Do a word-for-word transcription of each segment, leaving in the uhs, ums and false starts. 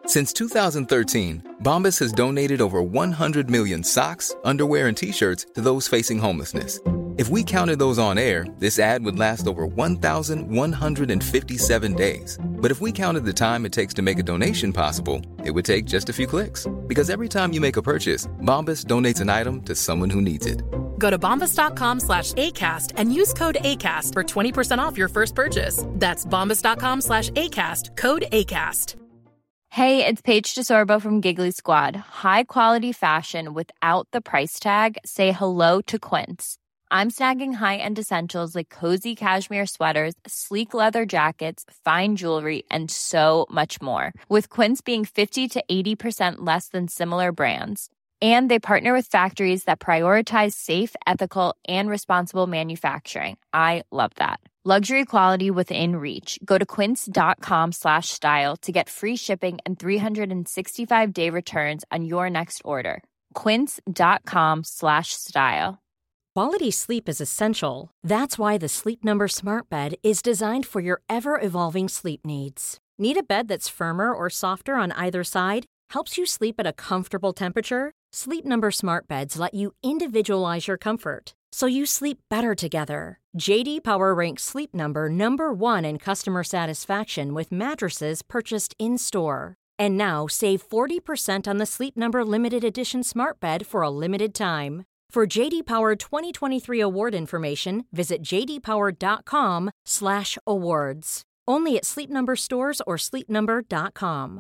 Since two thousand thirteen, Bombas has donated over one hundred million socks, underwear, and T-shirts to those facing homelessness. If we counted those on air, this ad would last over one thousand one hundred fifty-seven days. But if we counted the time it takes to make a donation possible, it would take just a few clicks. Because every time you make a purchase, Bombas donates an item to someone who needs it. Go to bombas.com slash ACAST and use code ACAST for twenty percent off your first purchase. That's bombas.com slash ACAST, code ACAST. Hey, it's Paige DeSorbo from Giggly Squad. High quality fashion without the price tag. Say hello to Quince. I'm snagging high-end essentials like cozy cashmere sweaters, sleek leather jackets, fine jewelry, and so much more. With Quince being fifty to eighty percent less than similar brands. And they partner with factories that prioritize safe, ethical, and responsible manufacturing. I love that. Luxury quality within reach. Go to quince.com slash style to get free shipping and three sixty-five day returns on your next order. Quince.com slash style. Quality sleep is essential. That's why the Sleep Number Smart Bed is designed for your ever-evolving sleep needs. Need a bed that's firmer or softer on either side? Helps you sleep at a comfortable temperature? Sleep Number Smart Beds let you individualize your comfort, so you sleep better together. J D Power ranks Sleep Number number one in customer satisfaction with mattresses purchased in-store. And now save forty percent on the Sleep Number Limited Edition Smart Bed for a limited time. For J D Power twenty twenty-three award information, visit jdpower.com slash awards. Only at Sleep Number stores or sleep number dot com.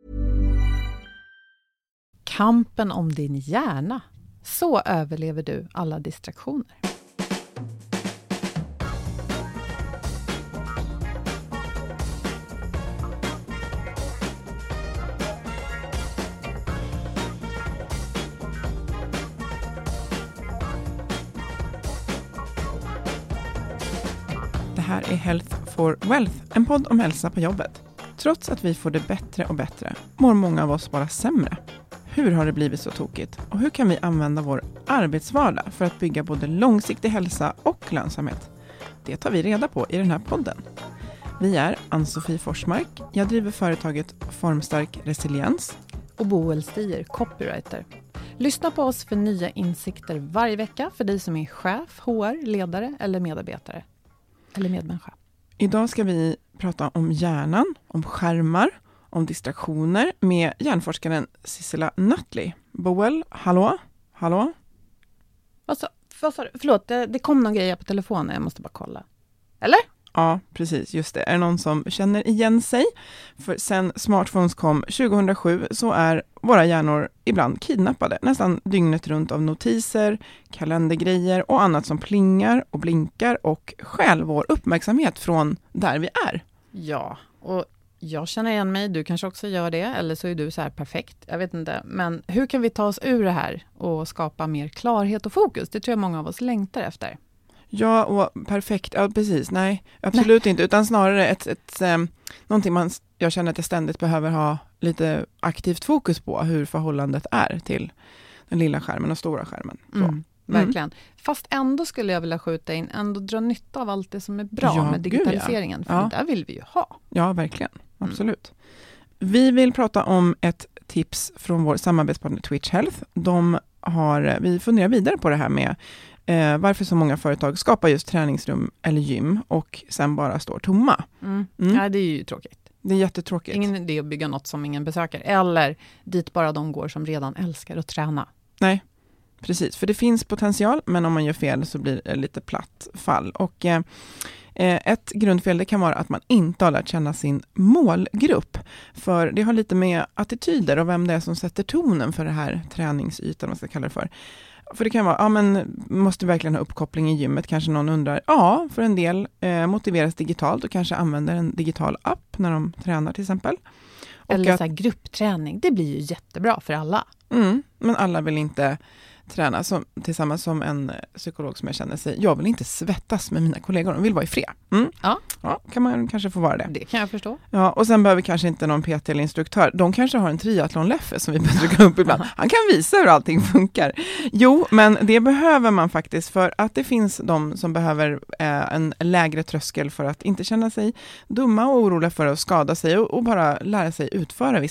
Kampen om din hjärna. Så överlever du alla distraktioner. Det här är Health for Wealth, en podd om hälsa på jobbet. Trots att vi får det bättre och bättre, mår många av oss bara sämre. Hur har det blivit så tokigt? Och hur kan vi använda vår arbetsvardag för att bygga både långsiktig hälsa och lönsamhet? Det tar vi reda på i den här podden. Vi är Ann-Sofie Forsmark. Jag driver företaget Formstark Resiliens. Och Boel Stier, copywriter. Lyssna på oss för nya insikter varje vecka för dig som är chef, H R, ledare eller medarbetare. Eller medmänniska. Idag ska vi prata om hjärnan, om skärmar, om distraktioner med hjärnforskaren Sissela Nutley. Boel, hallå? Hallå? Vad sa, vad sa du? Förlåt, det, det kom någon grej på telefonen. Jag måste bara kolla. Eller? Ja, precis. Just det. Är det någon som känner igen sig? För sen smartphones kom tjugohundrasju så är våra hjärnor ibland kidnappade. Nästan dygnet runt av notiser, kalendergrejer och annat som plingar och blinkar och stjäl vår uppmärksamhet från där vi är. Ja, och jag känner igen mig. Du kanske också gör det. Eller så är du så här perfekt. Jag vet inte. Men hur kan vi ta oss ur det här och skapa mer klarhet och fokus? Det tror jag många av oss längtar efter. Ja, och perfekt. Ja, precis. Nej, absolut Nej. inte. Utan snarare ett, ett, ett, någonting man, jag känner att jag ständigt behöver ha lite aktivt fokus på hur förhållandet är till den lilla skärmen och stora skärmen. Så. Mm, verkligen. Mm. Fast ändå skulle jag vilja skjuta in, ändå dra nytta av allt det som är bra ja, med digitaliseringen. Gud, ja. För ja. det där vill vi ju ha. Ja, verkligen. Absolut. Mm. Vi vill prata om ett tips från vår samarbetspartner Twitch Health. De har, vi funderar vidare på det här med Eh, varför så många företag skapar just träningsrum eller gym och sen bara står tomma. Mm. Mm. Ja, det är ju tråkigt. Det är jättetråkigt. Ingen idé att bygga något som ingen besöker. Eller dit bara de går som redan älskar att träna. Nej, precis. För det finns potential, men om man gör fel så blir det lite platt fall. Och eh, ett grundfel det kan vara att man inte har lärt känna sin målgrupp. För det har lite med attityder och vem det är som sätter tonen för det här träningsytan, man ska kalla det för. För det kan vara, ja men måste verkligen ha uppkoppling i gymmet? Kanske någon undrar. Ja, för en del eh, motiveras digitalt och kanske använder en digital app när de tränar till exempel. Och Eller att, så här gruppträning, det blir ju jättebra för alla. Mm, men alla vill inte träna som, tillsammans som en psykolog som jag känner sig. Jag vill inte svettas med mina kollegor, de vill vara i fred. Mm. Ja. Ja, kan man kanske få vara det. Det kan jag förstå. Ja, och sen behöver kanske inte någon P T eller instruktör. De kanske har en triathlon-leffe som vi behöver trycka upp ibland. Han kan visa hur allting funkar. Jo, men det behöver man faktiskt för att det finns de som behöver eh, en lägre tröskel för att inte känna sig dumma och oroliga för att skada sig och, och bara lära sig utföra vissa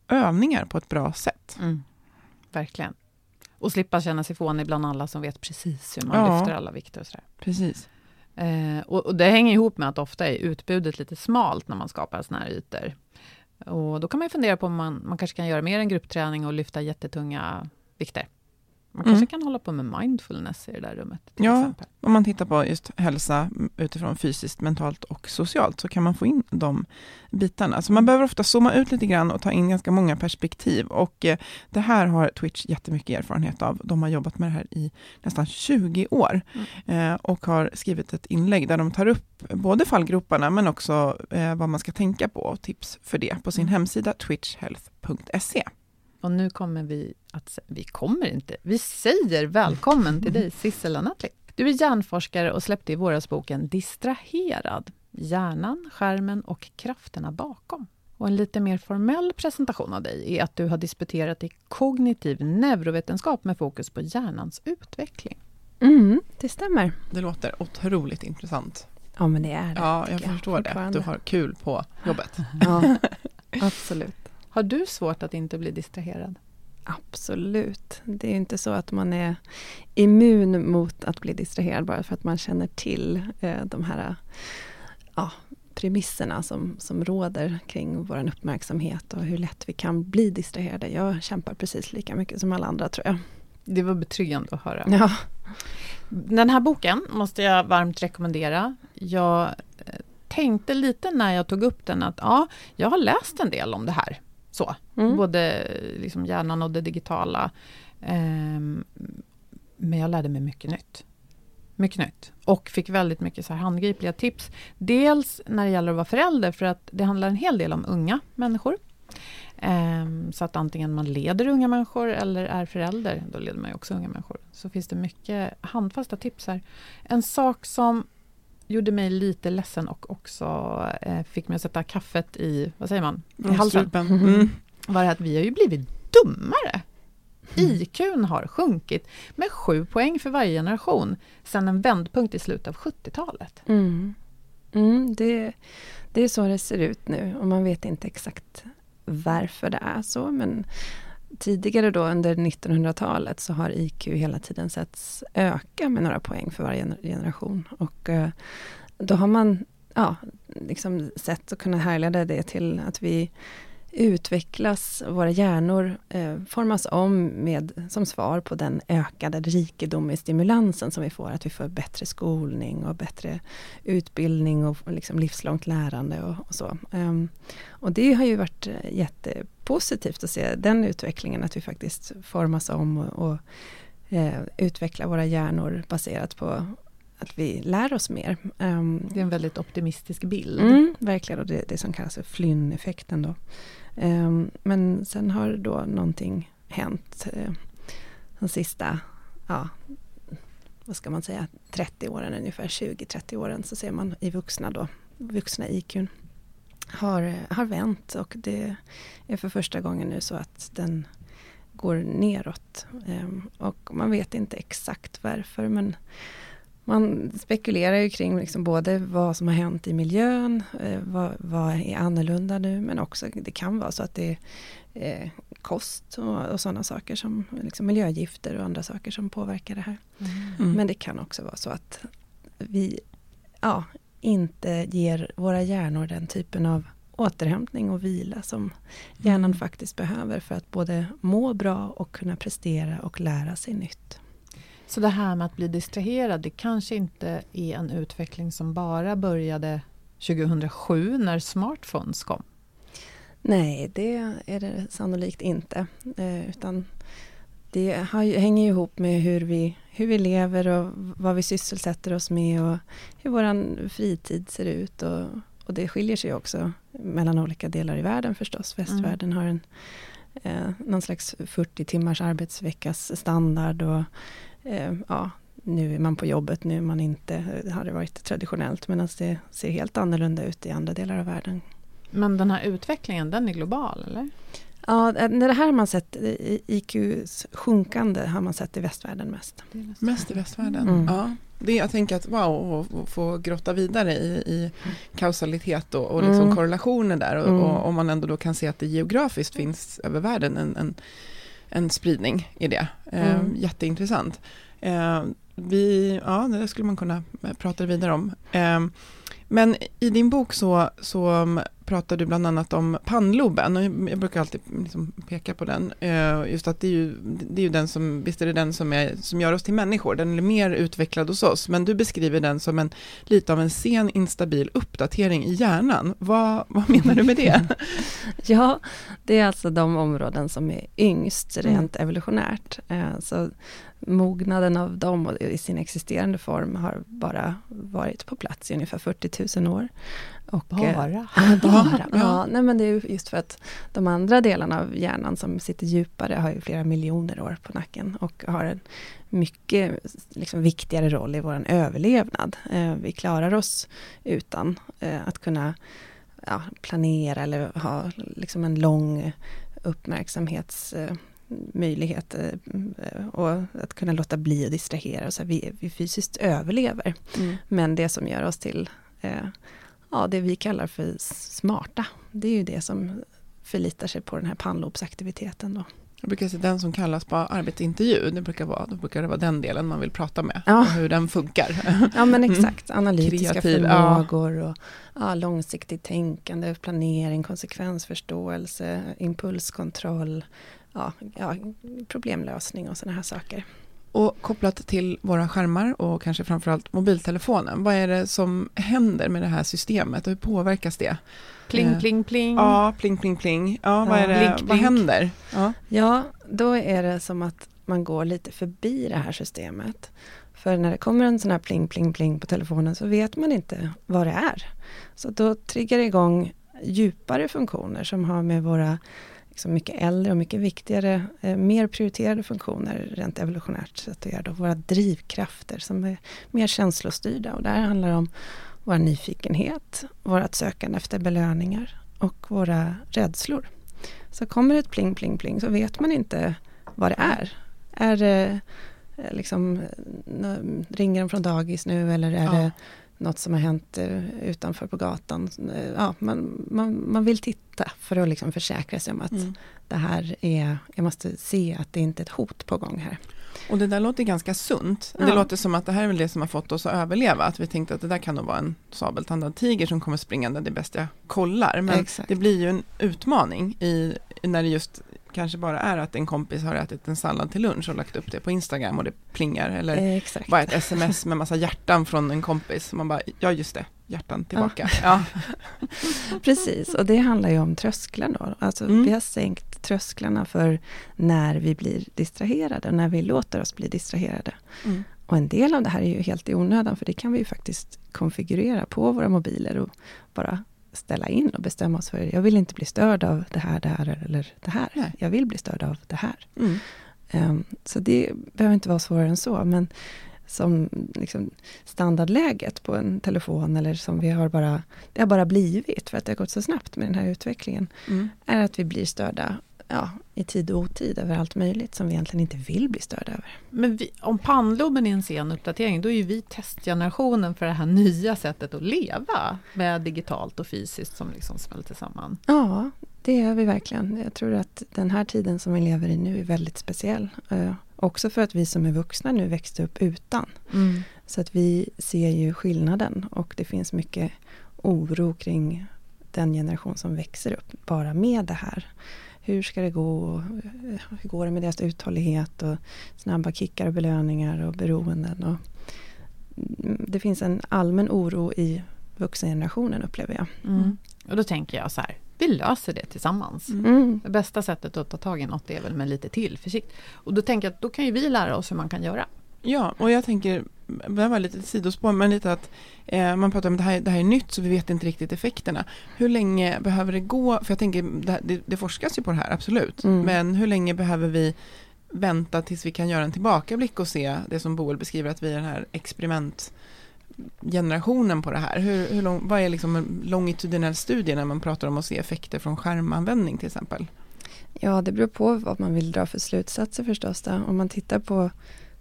övningar på ett bra sätt. Mm. Verkligen. Och slippa känna sig fånig bland alla som vet precis hur man Ja. lyfter alla vikter och sådär. Precis. Eh, och, och det hänger ihop med att ofta är utbudet lite smalt när man skapar såna här ytor. Och då kan man ju fundera på om man, man kanske kan göra mer än gruppträning och lyfta jättetunga vikter. Man kanske Mm. kan hålla på med mindfulness i det där rummet till Ja, exempel. om man tittar på just hälsa utifrån fysiskt, mentalt och socialt så kan man få in de bitarna. Så man behöver ofta zooma ut lite grann och ta in ganska många perspektiv. Och eh, det här har Twitch jättemycket erfarenhet av. De har jobbat med det här i nästan tjugo år mm. eh, och har skrivit ett inlägg där de tar upp både fallgroparna men också eh, vad man ska tänka på och tips för det på sin mm. hemsida twitch health punkt se. Och nu kommer vi att, vi kommer inte, vi säger välkommen till dig Sissela Nattli. Du är hjärnforskare och släppte i våras boken Distraherad. Hjärnan, skärmen och krafterna bakom. Och en lite mer formell presentation av dig är att du har disputerat i kognitiv neurovetenskap med fokus på hjärnans utveckling. Mm, det stämmer. Det låter otroligt intressant. Ja, men det är det. Ja, jag förstår det. Du har kul på jobbet. Ja, absolut. Har du svårt att inte bli distraherad? Absolut. Det är ju inte så att man är immun mot att bli distraherad bara för att man känner till eh, de här ja, premisserna som, som råder kring vår uppmärksamhet och hur lätt vi kan bli distraherade. Jag kämpar precis lika mycket som alla andra, tror jag. Det var betryggande att höra. Ja. Den här boken måste jag varmt rekommendera. Jag tänkte lite när jag tog upp den att ja, jag har läst en del om det här. Så, mm. både liksom hjärnan och det digitala. Um, men jag lärde mig mycket nytt. Mycket nytt. Och fick väldigt mycket så här handgripliga tips. Dels när det gäller att vara förälder, för att det handlar en hel del om unga människor. Um, så att antingen man leder unga människor eller är förälder, då leder man ju också unga människor. Så finns det mycket handfasta tips här. En sak som gjorde mig lite ledsen och också eh, fick mig att sätta kaffet i, vad säger man? I halsen. Mm. Var det att vi har ju blivit dummare. Mm. I Q:n har sjunkit med sju poäng för varje generation sedan en vändpunkt i slutet av sjuttiotalet. Mm. Mm, det, det är så det ser ut nu och man vet inte exakt varför det är så, men tidigare då under nittonhundratalet så har I Q hela tiden setts öka med några poäng för varje generation. Och eh, då har man ja, liksom sett att kunna härleda det till att vi utvecklas, våra hjärnor eh, formas om med, som svar på den ökade rikedom i stimulansen som vi får. Att vi får bättre skolning och bättre utbildning och, och liksom livslångt lärande och, och så. Um, och det har ju varit jättepositivt att se den utvecklingen, att vi faktiskt formas om och, och eh, utvecklar våra hjärnor baserat på att vi lär oss mer. Um, det är en väldigt optimistisk bild. Mm, verkligen, och det, det som kallas för Flynn-effekten då. Um, men sen har då någonting hänt uh, de sista, ja, vad ska man säga, trettio åren, ungefär tjugo till trettio åren, så ser man i vuxna då, vuxna I Q:n har, har vänt, och det är för första gången nu så att den går neråt. Um, och man vet inte exakt varför, men man spekulerar ju kring liksom både vad som har hänt i miljön, eh, vad, vad är annorlunda nu, men också det kan vara så att det är eh, kost och, och sådana saker som liksom miljögifter och andra saker som påverkar det här. Mm. Men det kan också vara så att vi ja, inte ger våra hjärnor den typen av återhämtning och vila som hjärnan mm. faktiskt behöver för att både må bra och kunna prestera och lära sig nytt. Så det här med att bli distraherad, det kanske inte är en utveckling som bara började tjugohundrasju när smartphones kom? Nej, det är det sannolikt inte. Eh, utan det har, hänger ihop med hur vi, hur vi lever och vad vi sysselsätter oss med och hur vår fritid ser ut. Och, och det skiljer sig också mellan olika delar i världen förstås. Västvärlden mm. har en eh, någon slags fyrtio timmars arbetsveckas standard och Eh, ja, nu är man på jobbet, nu är man inte, har det varit traditionellt, medan det ser helt annorlunda ut i andra delar av världen. Men den här utvecklingen, den är global, eller? Ja, det här har man sett, I Qs sjunkande har man sett i västvärlden mest. Mest i västvärlden, mm. ja. Det, jag tänker att wow, att få grotta vidare i, i kausalitet och, och liksom mm. korrelationer där. Och, mm. och om man ändå då kan se att det geografiskt finns över världen en, en, en spridning i det. Eh, mm. Jätteintressant. Eh, vi, ja, det skulle man kunna prata vidare om. Eh, men i din bok så, så pratar du bland annat om pannloben. Och jag brukar alltid liksom peka på den. Just att det är ju, det är ju den som, visst är det den som, är, som gör oss till människor. Den är mer utvecklad hos oss. Men du beskriver den som en, lite av en sen instabil uppdatering i hjärnan. Vad, vad menar du med det? Ja, det är alltså de områden som är yngst rent mm. evolutionärt. Så mognaden av dem i sin existerande form har bara varit på plats i ungefär fyrtio tusen år. Och, bara? Äh, bara. Ja. Ja, nej, men det är just för att de andra delarna av hjärnan som sitter djupare har ju flera miljoner år på nacken och har en mycket liksom, viktigare roll i vår överlevnad. Eh, vi klarar oss utan eh, att kunna ja, planera eller ha liksom, en lång uppmärksamhets... Eh, möjlighet eh, och att kunna låta bli att distrahera och så här, vi, vi fysiskt överlever. Mm. Men det som gör oss till eh, ja, det vi kallar för smarta, det är ju det som förlitar sig på den här pannlobsaktiviteten då. Jag brukar säga den som kallas på arbetsintervju, det brukar vara, då brukar det vara den delen man vill prata med, ja. Och hur den funkar. Ja men exakt, analytiska Kreativ, förmågor ja. och ja, långsiktigt tänkande, planering, konsekvensförståelse, impulskontroll, ja, ja, problemlösning och sådana här saker. Och kopplat till våra skärmar och kanske framförallt mobiltelefonen, vad är det som händer med det här systemet och hur påverkas det? Pling, eh, pling, pling. Ja, pling, pling, pling. Ja, vad, ja, är det, blink, vad blink. händer? Ja. ja, då är det som att man går lite förbi det här systemet. För när det kommer en sån här pling, pling, pling på telefonen så vet man inte vad det är. Så då triggar det igång djupare funktioner som har med våra liksom mycket äldre och mycket viktigare, eh, mer prioriterade funktioner rent evolutionärt sett att göra då, våra drivkrafter som är mer känslostyrda. Och där handlar det om vår nyfikenhet, vårt sökande efter belöningar och våra rädslor. Så kommer ett pling, pling, pling så vet man inte vad det är. Är det eh, liksom, ringer de från dagis nu eller är ja. det något som har hänt uh, utanför på gatan. Uh, ja, man, man, man vill titta för att liksom försäkra sig om att mm. det här är, jag måste se att det inte är ett hot på gång här. Och det där låter ganska sunt. Ja. Det låter som att det här är väl det som har fått oss att överleva. Att vi tänkte att det där kan nog vara en sabeltandad tiger som kommer springande, det bästa jag kollar. Men Exakt. Det blir ju en utmaning i, när det just kanske bara är att en kompis har ätit en sallad till lunch och lagt upp det på Instagram och det plingar. Eller Exakt. bara ett sms med massa hjärtan från en kompis. Man bara, ja just det, hjärtan tillbaka. Ja. Ja. Precis, och det handlar ju om trösklar då. Alltså mm. vi har sänkt trösklarna för när vi blir distraherade och när vi låter oss bli distraherade. Mm. Och en del av det här är ju helt i onödan för det kan vi ju faktiskt konfigurera på våra mobiler och bara ställa in och bestämma oss för jag vill inte bli störd av det här, det här eller det här. Nej. Jag vill bli störd av det här. Mm. Um, så det behöver inte vara svårare än så, men som liksom standardläget på en telefon eller som vi har bara, det har bara blivit för att det har gått så snabbt med den här utvecklingen mm. är att vi blir störda ja, i tid och otid över allt möjligt som vi egentligen inte vill bli störda över. Men vi, om pannloben är en sen uppdatering, då är ju vi testgenerationen för det här nya sättet att leva med digitalt och fysiskt som liksom smälter samman. Ja, det är vi verkligen. Jag tror att den här tiden som vi lever i nu är väldigt speciell. Uh, också för att vi som är vuxna nu växte upp utan. Mm. Så att vi ser ju skillnaden och det finns mycket oro kring den generation som växer upp bara med det här. Hur ska det gå? Hur går det med deras uthållighet och snabba kickar och belöningar och beroenden? Och det finns en allmän oro i vuxengenerationen upplever jag. Mm. Och då tänker jag så här, vi löser det tillsammans. Mm. Det bästa sättet att ta tag i något är väl med lite tillförsikt. Och då tänker jag att då kan ju vi lära oss hur man kan göra. Ja, och jag tänker, det var lite sidospår, men lite att eh, man pratar om det här, det här är nytt så vi vet inte riktigt effekterna. Hur länge behöver det gå? För jag tänker, det, det, det forskas ju på det här, absolut. Mm. Men hur länge behöver vi vänta tills vi kan göra en tillbakablick och se det som Boel beskriver, att vi är den här experimentgenerationen på det här. Hur, hur lång, vad är liksom en longitudinell studie när man pratar om att se effekter från skärmanvändning till exempel? Ja, det beror på vad man vill dra för slutsatser förstås. Då. Om man tittar på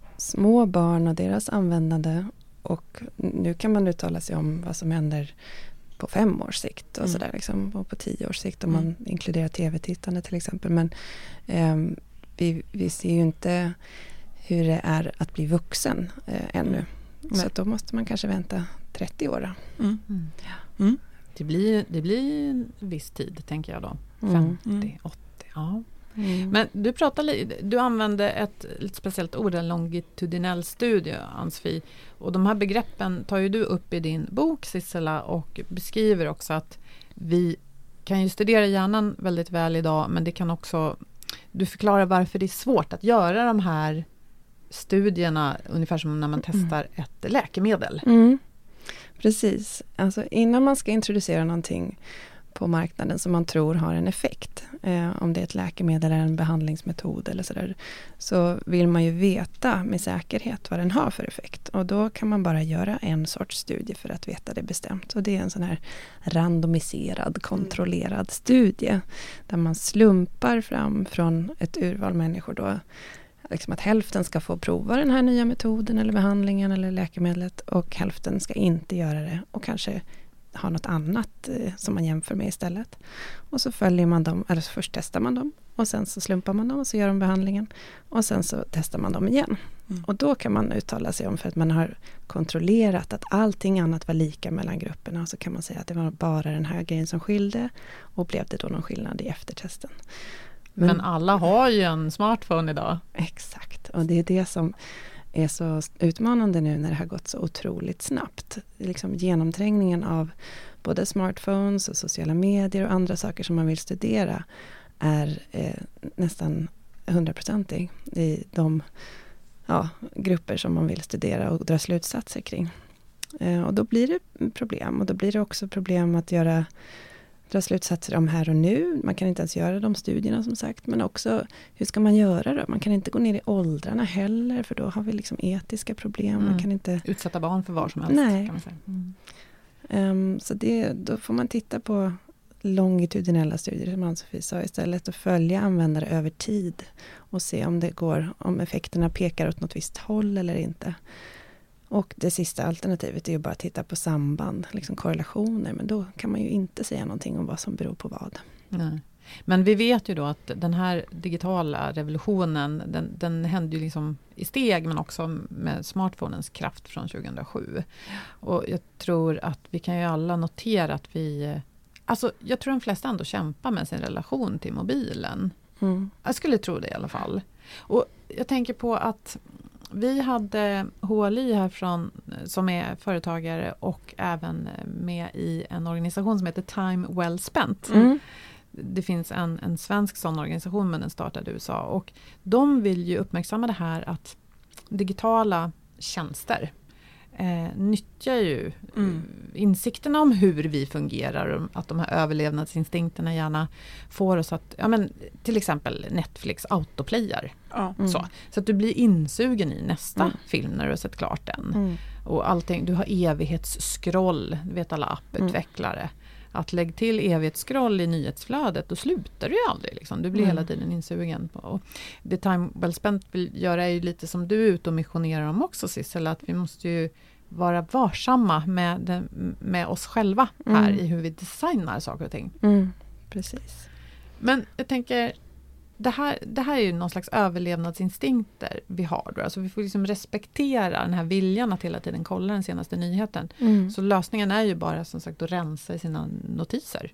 små barn och deras användande, och nu kan man uttala sig om vad som händer på fem års sikt och, mm. sådär, liksom, och på tio års sikt om mm. man inkluderar tv-tittande till exempel. Men eh, vi, vi ser ju inte hur det är att bli vuxen eh, ännu. Mm. Så att då måste man kanske vänta trettio år. Mm. Mm. Ja. Mm. Det, blir, det blir en viss tid, tänker jag då. femtio, åttio, ja. Mm. Men du pratade, du använde ett lite speciellt ord, en longitudinell studie, Ann-Sofie. Och de här begreppen tar ju du upp i din bok, Sissela, och beskriver också att vi kan ju studera hjärnan väldigt väl idag, men det kan också, du förklarar varför det är svårt att göra de här studierna ungefär som när man testar mm. ett läkemedel. Mm. Precis. Alltså innan man ska introducera någonting på marknaden som man tror har en effekt, eh, om det är ett läkemedel eller en behandlingsmetod eller sådär, så vill man ju veta med säkerhet vad den har för effekt. Och då kan man bara göra en sorts studie för att veta det bestämt. Och det är en sån här randomiserad, kontrollerad studie där man slumpar fram från ett urval människor då, liksom att hälften ska få prova den här nya metoden eller behandlingen eller läkemedlet, och hälften ska inte göra det och kanske ha något annat eh, som man jämför med istället. Och så följer man dem, eller så först testar man dem och sen så slumpar man dem och så gör de behandlingen och sen så testar man dem igen. Mm. Och då kan man uttala sig om, för att man har kontrollerat att allting annat var lika mellan grupperna, och så kan man säga att det var bara den här grejen som skilde, och blev det då någon skillnad i eftertesten. Men, Men alla har ju en smartphone idag. Exakt, och det är det som är så utmanande nu när det har gått så otroligt snabbt. Liksom genomträngningen av både smartphones och sociala medier och andra saker som man vill studera är eh, nästan hundraprocentig i de ja, grupper som man vill studera och dra slutsatser kring. Eh, och då blir det problem, och då blir det också problem att göra dra slutsatser om här och nu. Man kan inte ens göra de studierna som sagt. Men också, hur ska man göra då? Man kan inte gå ner i åldrarna heller, för då har vi liksom etiska problem. Mm. Man kan inte utsätta barn för vad som helst. Nej. Kan man säga. Mm. Um, så det, då får man titta på longitudinella studier, som Ann-Sofie sa, istället, och följa användare över tid och se om det går, om effekterna pekar åt något visst håll eller inte. Och det sista alternativet är ju bara att titta på samband, liksom korrelationer. Men då kan man ju inte säga någonting om vad som beror på vad. Nej. Men vi vet ju då att den här digitala revolutionen, den, den hände ju liksom i steg, men också med smartphonens kraft från tjugohundrasju. Och jag tror att vi kan ju alla notera att vi, alltså jag tror de flesta ändå kämpar med sin relation till mobilen. Mm. Jag skulle tro det i alla fall. Och jag tänker på att vi hade H L I härifrån som är företagare och även med i en organisation som heter Time Well Spent. Mm. Det finns en, en svensk sån organisation, men den startade i U S A. Och de vill ju uppmärksamma det här att digitala tjänster eh, nyttjar ju mm. insikterna om hur vi fungerar, och att de här överlevnadsinstinkterna gärna får oss att, ja men till exempel Netflix autoplayar. Mm. Så, så att du blir insugen i nästa mm. film när du har sett klart den. Mm. Och allting, du har evighetsskroll, du vet alla apputvecklare. Mm. Att lägg till evighetsskroll i nyhetsflödet, då slutar du ju aldrig. Liksom. Du blir mm. hela tiden insugen. På. Och det Time Well Spent vill göra är ju lite som du är ute och missionerar om också, Sissela, att vi måste ju vara varsamma med, det, med oss själva här mm. i hur vi designar saker och ting. Mm. Precis. Men jag tänker, det här, det här är ju någon slags överlevnadsinstinkter vi har då. Alltså vi får liksom respektera den här viljan att hela tiden kolla den senaste nyheten. Mm. Så lösningen är ju bara som sagt att rensa i sina notiser.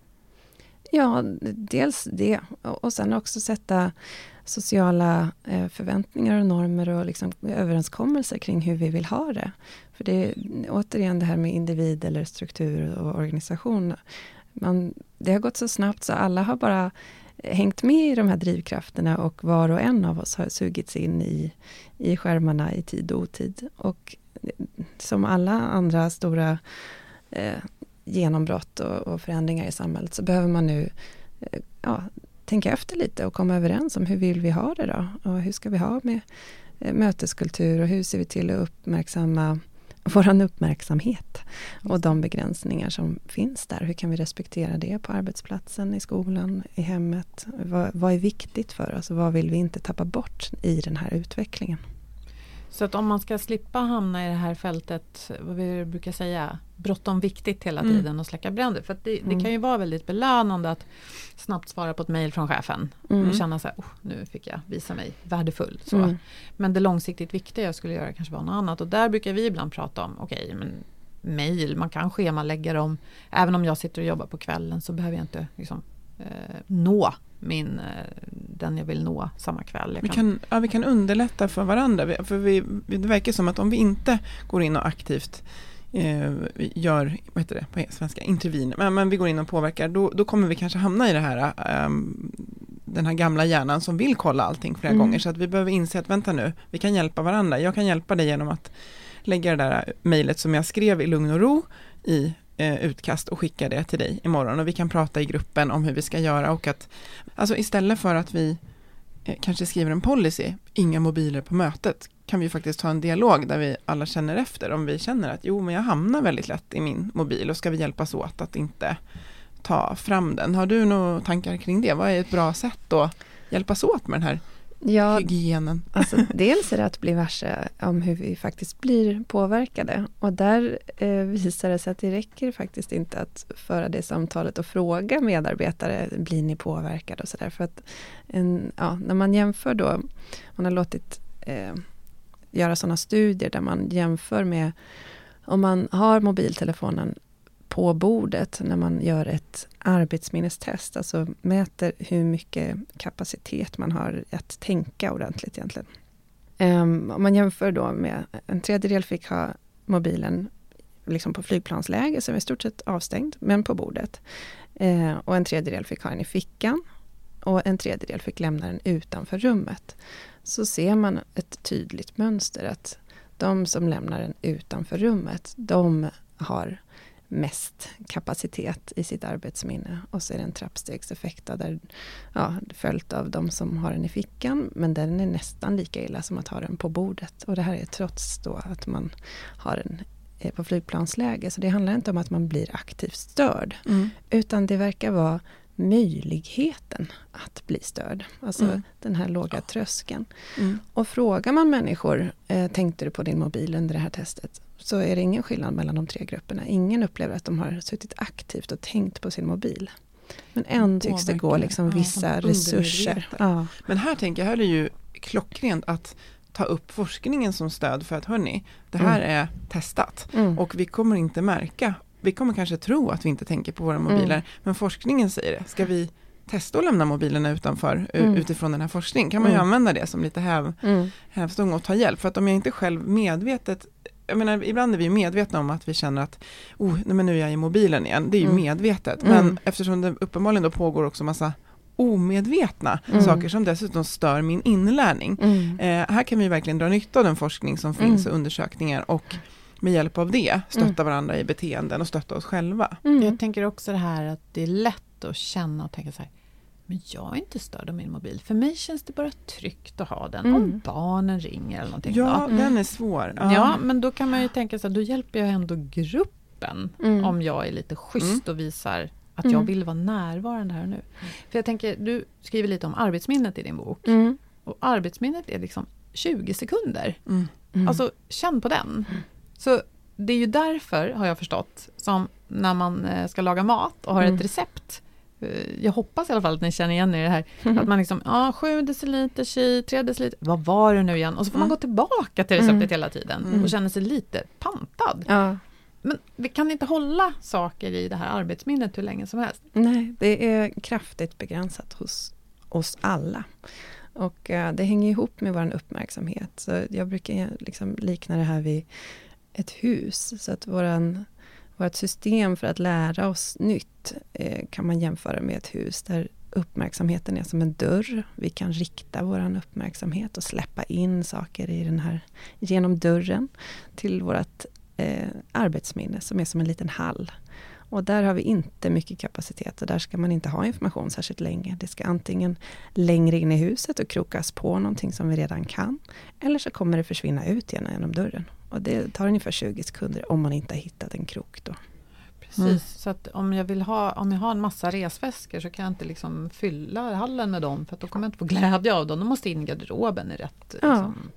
Ja, dels det. Och sen också sätta sociala förväntningar och normer och liksom överenskommelser kring hur vi vill ha det. För det är återigen det här med individ eller struktur och organisation. Man, det har gått så snabbt så alla har bara hängt med i de här drivkrafterna, och var och en av oss har sugits in i, i skärmarna i tid och otid. Och som alla andra stora eh, genombrott och, och förändringar i samhället så behöver man nu eh, ja, tänka efter lite och komma överens om hur vill vi ha det då? Och hur ska vi ha med eh, möteskultur, och hur ser vi till att uppmärksamma våran uppmärksamhet och de begränsningar som finns där. Hur kan vi respektera det på arbetsplatsen, i skolan, i hemmet? Vad, vad är viktigt för oss och vad vill vi inte tappa bort i den här utvecklingen? Så att om man ska slippa hamna i det här fältet, vad vi brukar säga, bråttom viktigt hela tiden mm. och släcka bränder. För att det, det mm. kan ju vara väldigt belönande att snabbt svara på ett mejl från chefen mm. och känna så här, oh, nu fick jag visa mig värdefull. Så. Mm. Men det långsiktigt viktiga jag skulle göra kanske var något annat. Och där brukar vi ibland prata om, okej, okay, men mejl, man kan schemalägga dem. Även om jag sitter och jobbar på kvällen så behöver jag inte liksom, eh, nå min, den jag vill nå samma kväll. Jag vi, kan... Kan, ja, vi kan underlätta för varandra. För vi, det verkar som att om vi inte går in och aktivt eh, gör, vad heter det på svenska, intervin, men, men vi går in och påverkar, då, då kommer vi kanske hamna i det här eh, den här gamla hjärnan som vill kolla allting flera mm. gånger. Så att vi behöver inse att vänta nu, vi kan hjälpa varandra. Jag kan hjälpa dig genom att lägga det där mejlet som jag skrev i lugn och ro i utkast och skicka det till dig imorgon och vi kan prata i gruppen om hur vi ska göra och att alltså istället för att vi eh, kanske skriver en policy, inga mobiler på mötet, kan vi faktiskt ha en dialog där vi alla känner efter om vi känner att jo men jag hamnar väldigt lätt i min mobil och ska vi hjälpas åt att inte ta fram den. Har du några tankar kring det? Vad är ett bra sätt att hjälpas åt med den här ja, hygienen? Alltså, dels är det att bli varse om hur vi faktiskt blir påverkade. Och där eh, visar det sig att det räcker faktiskt inte att föra det samtalet och fråga medarbetare, blir ni påverkade och sådär. För att en, ja, när man jämför då, man har låtit eh, göra sådana studier där man jämför med om man har mobiltelefonen på bordet när man gör ett arbetsminnestest, alltså mäter hur mycket kapacitet man har att tänka ordentligt egentligen. Um, om man jämför då med en tredjedel fick ha mobilen liksom på flygplansläge som är i stort sett avstängd, men på bordet. Uh, och en tredjedel fick ha den i fickan och en tredjedel fick lämna den utanför rummet. Så ser man ett tydligt mönster att de som lämnar den utanför rummet, de har mest kapacitet i sitt arbetsminne. Och så är det en trappstegseffekt där, ja, följt av de som har den i fickan, men den är nästan lika illa som att ha den på bordet. Och det här är trots då att man har den på flygplansläge. Så det handlar inte om att man blir aktivt störd, mm. utan det verkar vara möjligheten att bli störd. Alltså mm. den här låga tröskeln. Mm. Och frågar man människor, eh, tänkte du på din mobil under det här testet? Så är det ingen skillnad mellan de tre grupperna. Ingen upplever att de har suttit aktivt och tänkt på sin mobil. Men än tycks det gå liksom vissa ja, resurser. Ja. Men här tänker jag, här är det ju klockrent att ta upp forskningen som stöd för att hörni, det här mm. är testat. Mm. Och vi kommer inte märka, vi kommer kanske tro att vi inte tänker på våra mobiler. Mm. Men forskningen säger det. Ska vi testa att lämna mobilerna utanför mm. utifrån den här forskningen? Kan man ju mm. använda det som lite häv, mm. hävstång och ta hjälp. För att om jag inte själv medvetet, jag menar, ibland är vi medvetna om att vi känner att oh, nej, men nu är jag i mobilen igen. Det är ju mm. medvetet. Men mm. eftersom det uppenbarligen då pågår också massa omedvetna mm. saker som dessutom stör min inlärning. Mm. Eh, här kan vi verkligen dra nytta av den forskning som finns mm. och undersökningar och med hjälp av det stötta mm. varandra i beteenden och stötta oss själva. Mm. Jag tänker också det här att det är lätt att känna och tänka så här, men jag är inte störd av min mobil. För mig känns det bara tryggt att ha den. Mm. Om barnen ringer eller någonting. Ja, mm. den är svår. Ja. ja, men då kan man ju tänka så här, då hjälper jag ändå gruppen mm. om jag är lite schysst mm. och visar att jag vill vara närvarande här och nu. Mm. För jag tänker, du skriver lite om arbetsminnet i din bok. Mm. Och arbetsminnet är liksom tjugo sekunder. Mm. Mm. Alltså, känn på den. Mm. Så det är ju därför, har jag förstått, som när man ska laga mat och har mm. ett recept. Jag hoppas i alla fall att ni känner igen er i det här. Mm. Att man liksom, ja, sju deciliter chi, tre deciliter, vad var det nu igen? Och så får mm. man gå tillbaka till receptet mm. hela tiden. Mm. Och känna sig lite pantad. Ja. Men vi kan inte hålla saker i det här arbetsminnet hur länge som helst. Nej, det är kraftigt begränsat hos oss alla. Och uh, det hänger ihop med vår uppmärksamhet. Så jag brukar liksom likna det här vid ett hus. Så att våran, vårt system för att lära oss nytt eh, kan man jämföra med ett hus där uppmärksamheten är som en dörr. Vi kan rikta vår uppmärksamhet och släppa in saker i den här, genom dörren till vårt eh, arbetsminne som är som en liten hall. Och där har vi inte mycket kapacitet och där ska man inte ha information särskilt länge. Det ska antingen längre in i huset och krokas på någonting som vi redan kan. Eller så kommer det försvinna ut igen genom dörren. Och det tar ungefär tjugo sekunder om man inte har hittat en krok då. Precis, Mm. så att om jag vill ha, om jag har en massa resväskor så kan jag inte liksom fylla hallen med dem, för att då kommer jag inte få glädje av dem. De måste in i garderoben i rätt, Ja, liksom,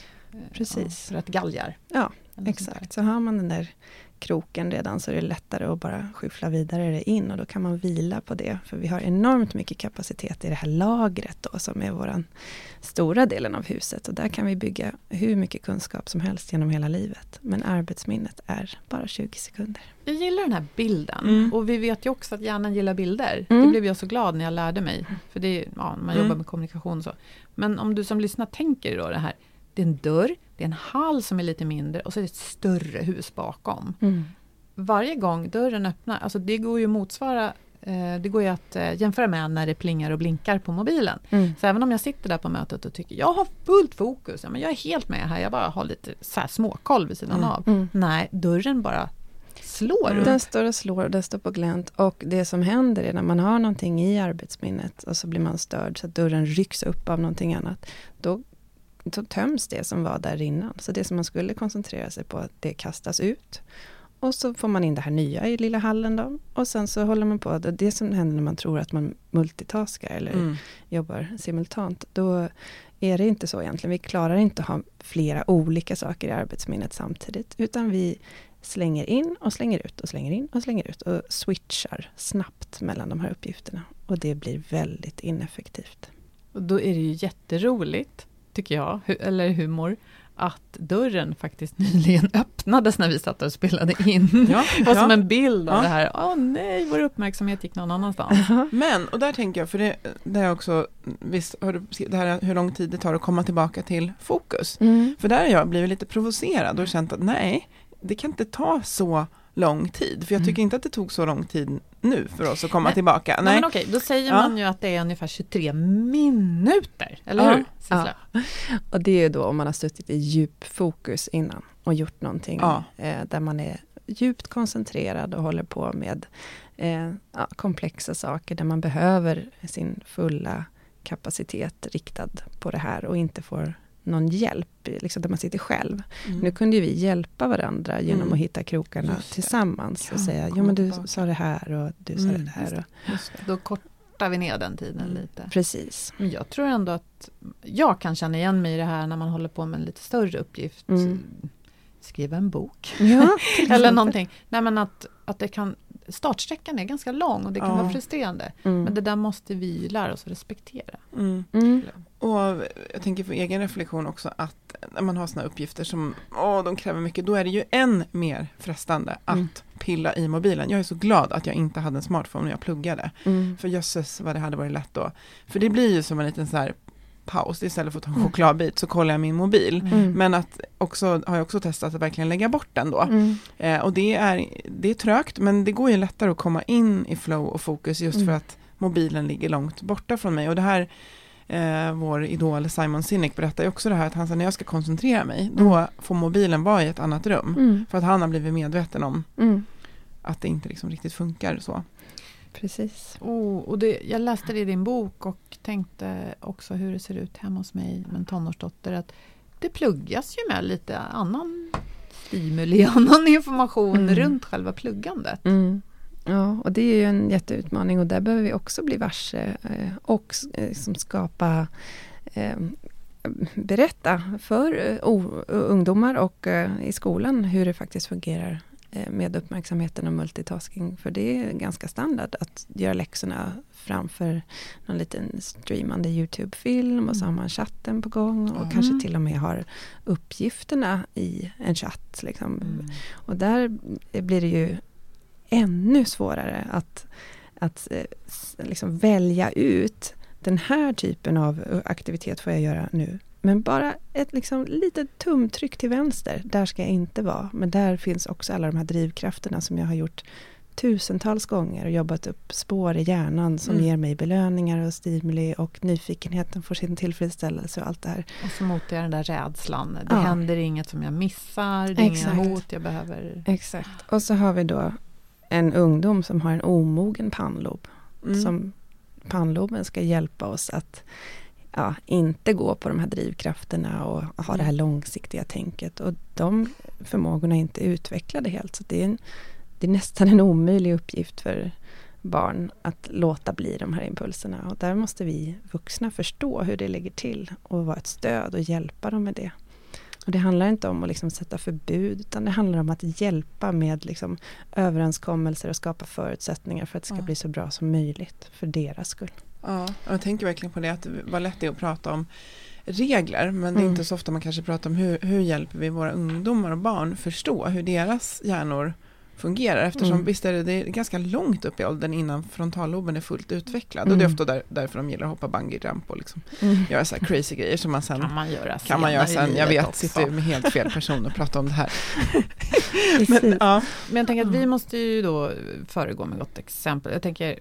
precis. ja, rätt galgar. Ja, Eller exakt. Så har man den där kroken redan så är det lättare att bara skyffla vidare in och då kan man vila på det. För vi har enormt mycket kapacitet i det här lagret då, som är våran stora delen av huset. Och där kan vi bygga hur mycket kunskap som helst genom hela livet. Men arbetsminnet är bara tjugo sekunder. Jag gillar den här bilden. Mm. Och vi vet ju också att hjärnan gillar bilder. Mm. Det blev jag så glad när jag lärde mig. För det är, ja, man jobbar Mm. med kommunikation och så. Men om du som lyssnar tänker då det här. Det är en dörr, det är en hall som är lite mindre och så är det ett större hus bakom. Mm. Varje gång dörren öppnar, alltså det går ju motsvara, eh, det går ju att eh, jämföra med när det plingar och blinkar på mobilen. Mm. Så även om jag sitter där på mötet och tycker jag har fullt fokus, ja, men jag är helt med här, jag bara har lite så här småkoll vid sidan Mm. av. Mm. Nej, dörren bara slår upp. Den står och slår och den står på glänt. Och det som händer är när man har någonting i arbetsminnet och så blir man störd så att dörren rycks upp av någonting annat. Då, då töms det som var där innan. Så det som man skulle koncentrera sig på, det kastas ut. Och så får man in det här nya i lilla hallen då. Och sen så håller man på. Det är det som händer när man tror att man multitaskar eller Mm. jobbar simultant. Då är det inte så egentligen. Vi klarar inte att ha flera olika saker i arbetsminnet samtidigt. Utan vi slänger in och slänger ut och slänger in och slänger ut. Och switchar snabbt mellan de här uppgifterna. Och det blir väldigt ineffektivt. Och då är det ju jätteroligt, tycker jag, hu- eller humor, att dörren faktiskt nyligen öppnades när vi satt och spelade in. Ja, Det var ja. som en bild av Ja. det här. Åh nej, vår uppmärksamhet gick någon annanstans. Men, och där tänker jag, för det, det är också, visst, har du, det här är hur lång tid det tar att komma tillbaka till fokus. Mm. För där har jag blivit lite provocerad och känt att nej, det kan inte ta så lång tid. För jag tycker Mm. inte att det tog så lång tid nu för oss att komma Nej. tillbaka. Nej. Nej. Men okej, då säger Ja. man ju att det är ungefär tjugotre minuter, eller Ja. hur? Sissela? Och det är ju då om man har suttit i djup fokus innan och gjort någonting Ja. eh, där man är djupt koncentrerad och håller på med eh, ja, komplexa saker där man behöver sin fulla kapacitet riktad på det här och inte får någon hjälp, liksom där man sitter själv. Mm. Nu kunde ju vi hjälpa varandra genom Mm. att hitta krokarna Just det. tillsammans och Ja, säga, jo komma men du tillbaka. sa det här och du sa Mm, det här. just Och, Just det. Då kortar vi ner den tiden Mm. lite. precis. Men jag tror ändå att jag kan känna igen mig i det här när man håller på med en lite större uppgift. Mm. Skriva en bok. Ja, till Eller exempel. någonting. Nej, men att, att det kan, startsträckan är ganska lång och det kan Ja. vara frustrerande. Mm. Men det där måste vi lära oss att respektera. Mm. Mm. Och jag tänker för egen reflektion också att när man har såna uppgifter som åh, de kräver mycket, då är det ju än mer frestande att Mm. pilla i mobilen. Jag är så glad att jag inte hade en smartphone när jag pluggade. Mm. För jösses vad det hade varit lätt då. För det blir ju som en liten så här paus. Istället för att ta en chokladbit så kollar jag min mobil. Mm. Men att också, har jag också testat att verkligen lägga bort den då. Mm. Eh, och det är, det är trögt, men det går ju lättare att komma in i flow och fokus just Mm. för att mobilen ligger långt borta från mig. Och det här, eh, vår idol Simon Sinek berättar ju också det här att han sa när jag ska koncentrera mig, då Mm. får mobilen vara i ett annat rum. Mm. För att han har blivit medveten om Mm. att det inte liksom riktigt funkar så. Precis. Oh, och det, jag läste det i din bok och tänkte också hur det ser ut hemma hos mig med en tonårsdotter. Att det pluggas ju med lite annan stimuli, annan information Mm. runt själva pluggandet. Mm. Ja, och det är ju en jätteutmaning och där behöver vi också bli varse eh, och eh, som skapa eh, berätta för eh, o- ungdomar och eh, i skolan hur det faktiskt fungerar eh, med uppmärksamheten och multitasking. För det är ganska standard att göra läxorna framför någon liten streamande YouTube-film och så har man chatten på gång och Mm. kanske till och med har uppgifterna i en chatt. Liksom. Mm. Och där blir det ju ännu svårare att, att eh, s- liksom välja ut den här typen av aktivitet får jag göra nu. Men bara ett liksom litet tumtryck till vänster, där ska jag inte vara. Men där finns också alla de här drivkrafterna som jag har gjort tusentals gånger och jobbat upp spår i hjärnan som Mm. ger mig belöningar och stimuli och nyfikenheten får sin tillfredsställelse och allt det här. Och så motar jag den där rädslan. Det Ja. händer inget som jag missar. Det är Exakt. inga hot jag behöver. Exakt. Och så har vi då en ungdom som har en omogen pannlob. Mm. Som pannloben ska hjälpa oss att ja, inte gå på de här drivkrafterna och ha det här långsiktiga tänket. Och de förmågorna är inte utvecklade helt. Så det är, en, det är nästan en omöjlig uppgift för barn att låta bli de här impulserna. Och där måste vi vuxna förstå hur det ligger till och vara ett stöd och hjälpa dem med det. Och det handlar inte om att liksom sätta förbud, utan det handlar om att hjälpa med liksom överenskommelser och skapa förutsättningar för att det ska ja. bli så bra som möjligt för deras skull. Ja, jag tänker verkligen på det, att vad lätt det är att prata om regler, men det är mm. inte så ofta man kanske pratar om hur, hur hjälper vi våra ungdomar och barn förstå hur deras hjärnor fungerar, eftersom mm. visst är det, det är ganska långt upp i åldern innan frontalloben är fullt utvecklad mm. och det är ofta där, därför de gillar att hoppa bungee jump och liksom mm. göra så här crazy grejer som man sen kan man göra sen, kan man göra sen. Jag vet, också. Sitter med helt fel person och pratar om det här. men, ja. men jag tänker att vi måste ju då föregå med gott exempel. Jag tänker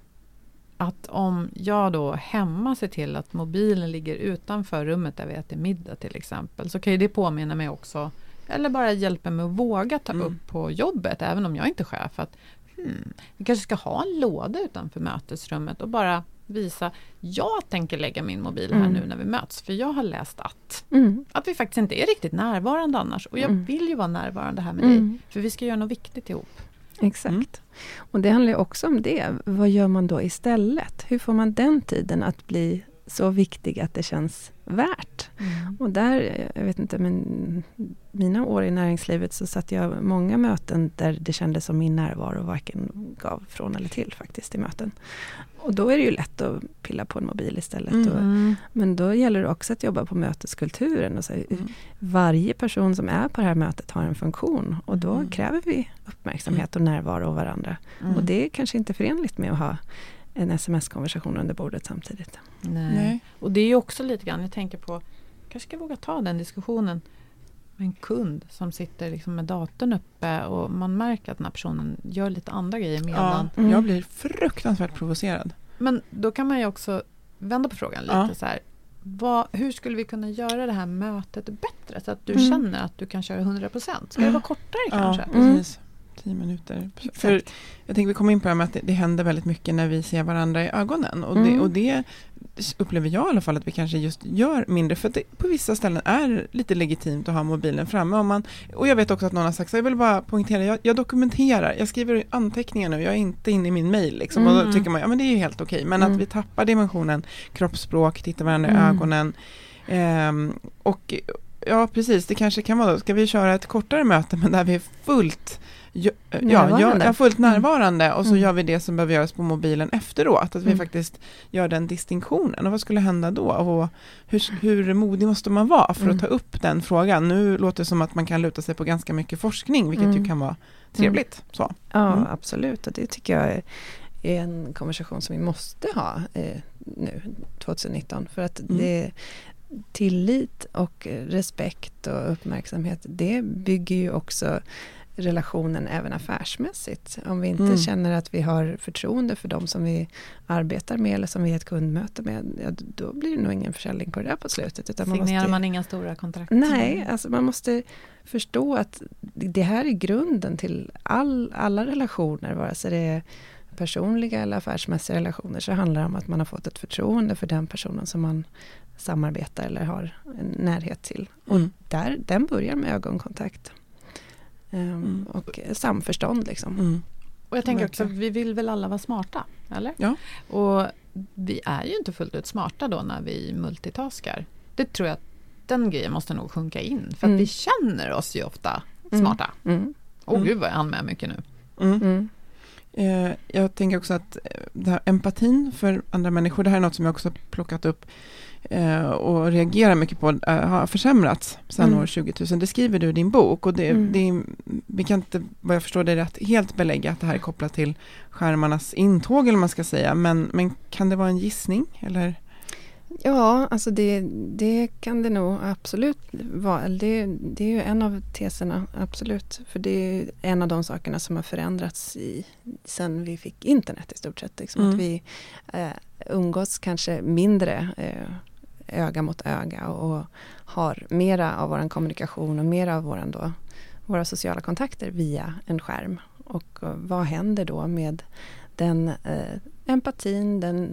att om jag då hemma ser till att mobilen ligger utanför rummet där vi äter middag till exempel, så kan ju det påminna mig också, eller bara hjälpa mig att våga ta mm. upp på jobbet, även om jag inte är chef, att hmm, vi kanske ska ha en låda utanför mötesrummet och bara visa, jag tänker lägga min mobil här mm. nu när vi möts, för jag har läst att mm. att vi faktiskt inte är riktigt närvarande annars, och jag mm. vill ju vara närvarande här med mm. dig, för vi ska göra något viktigt ihop. Exakt. Mm. Och det handlar ju också om det. Vad gör man då istället? Hur får man den tiden att bli så viktig att det känns värt? Mm. Och där, jag vet inte, men mina år i näringslivet så satt jag många möten där det kändes som min närvaro varken gav från eller till faktiskt i möten. Och då är det ju lätt att pilla på en mobil istället. Mm. Och, men då gäller det också att jobba på möteskulturen. Och så, mm. varje person som är på det här mötet har en funktion. Och då mm. kräver vi uppmärksamhet och närvaro av varandra. Mm. Och det är kanske inte förenligt med att ha en sms-konversation under bordet samtidigt. Nej. Nej. Och det är ju också lite grann, jag tänker på, kanske ska våga ta den diskussionen med en kund som sitter liksom med datorn uppe och man märker att den här personen gör lite andra grejer medan. Ja, jag blir fruktansvärt provocerad. Men då kan man ju också vända på frågan lite ja. så här. Vad, hur skulle vi kunna göra det här mötet bättre så att du mm. känner att du kan köra hundra procent? Ska mm. det vara kortare kanske? Ja, precis. Mm. Tio minuter. Exakt. För jag tänker vi kommer in på det här med att det, det händer väldigt mycket när vi ser varandra i ögonen. Och, mm. det, och det upplever jag i alla fall att vi kanske just gör mindre. För att det på vissa ställen är lite legitimt att ha mobilen framme. Om man, och jag vet också att någon har sagt så jag vill bara poängtera, jag, jag dokumenterar, jag skriver anteckningar nu, jag är inte inne i min mejl. Liksom, mm. Och då tycker man, ja men det är ju helt okej. Men mm. att vi tappar dimensionen, kroppsspråk, tittar varandra i mm. ögonen. Ehm, och ja precis, det kanske kan vara då, ska vi köra ett kortare möte men där vi är fullt Ja, ja, jag är fullt närvarande mm. och så mm. gör vi det som behöver göras på mobilen efteråt. Att vi mm. faktiskt gör den distinktionen. Och vad skulle hända då? Och hur, hur modig måste man vara för mm. att ta upp den frågan? Nu låter det som att man kan luta sig på ganska mycket forskning, vilket mm. ju kan vara trevligt. Mm. Så. Ja, mm. absolut. Och det tycker jag är, är en konversation som vi måste ha eh, nu, tjugonitton. För att mm. det tillit och respekt och uppmärksamhet, det bygger ju också relationen även affärsmässigt. Om vi inte mm. känner att vi har förtroende för dem som vi arbetar med eller som vi är ett kundmöte med, ja, då blir det nog ingen försäljning på det där på slutet. Utan Signerar man, måste, man inga stora kontrakt? Nej, alltså man måste förstå att det här är grunden till all, alla relationer, vare sig det är personliga eller affärsmässiga relationer, så handlar det om att man har fått ett förtroende för den personen som man samarbetar eller har en närhet till. Mm. Och där, den börjar med ögonkontakt. Um, mm. och samförstånd liksom. Mm. Och jag tänker också, vi vill väl alla vara smarta, eller? Ja. Och vi är ju inte fullt ut smarta då när vi multitaskar. Det tror jag att den grejen måste nog sjunka in. För mm. att vi känner oss ju ofta smarta. Åh mm. oh, mm. gud vad jag hann med mycket nu. Mm. Mm. Eh, jag tänker också att det här empatin för andra människor, det här är något som jag också plockat upp Uh, och reagerar mycket på uh, har försämrats sedan mm. år tjugotusen. Det skriver du i din bok och det, mm. det, vi kan inte, vad jag förstår det rätt, helt belägga att det här är kopplat till skärmarnas intåg eller man ska säga, men, men kan det vara en gissning eller? Ja, alltså det, det kan det nog absolut vara. Det, det är ju en av teserna, absolut. För det är en av de sakerna som har förändrats i, sen vi fick internet i stort sett. Liksom mm. att vi uh, umgås kanske mindre uh, öga mot öga och har mera av vår kommunikation och mera av våran då, våra sociala kontakter via en skärm. Och uh, vad händer då med den uh, empatin, den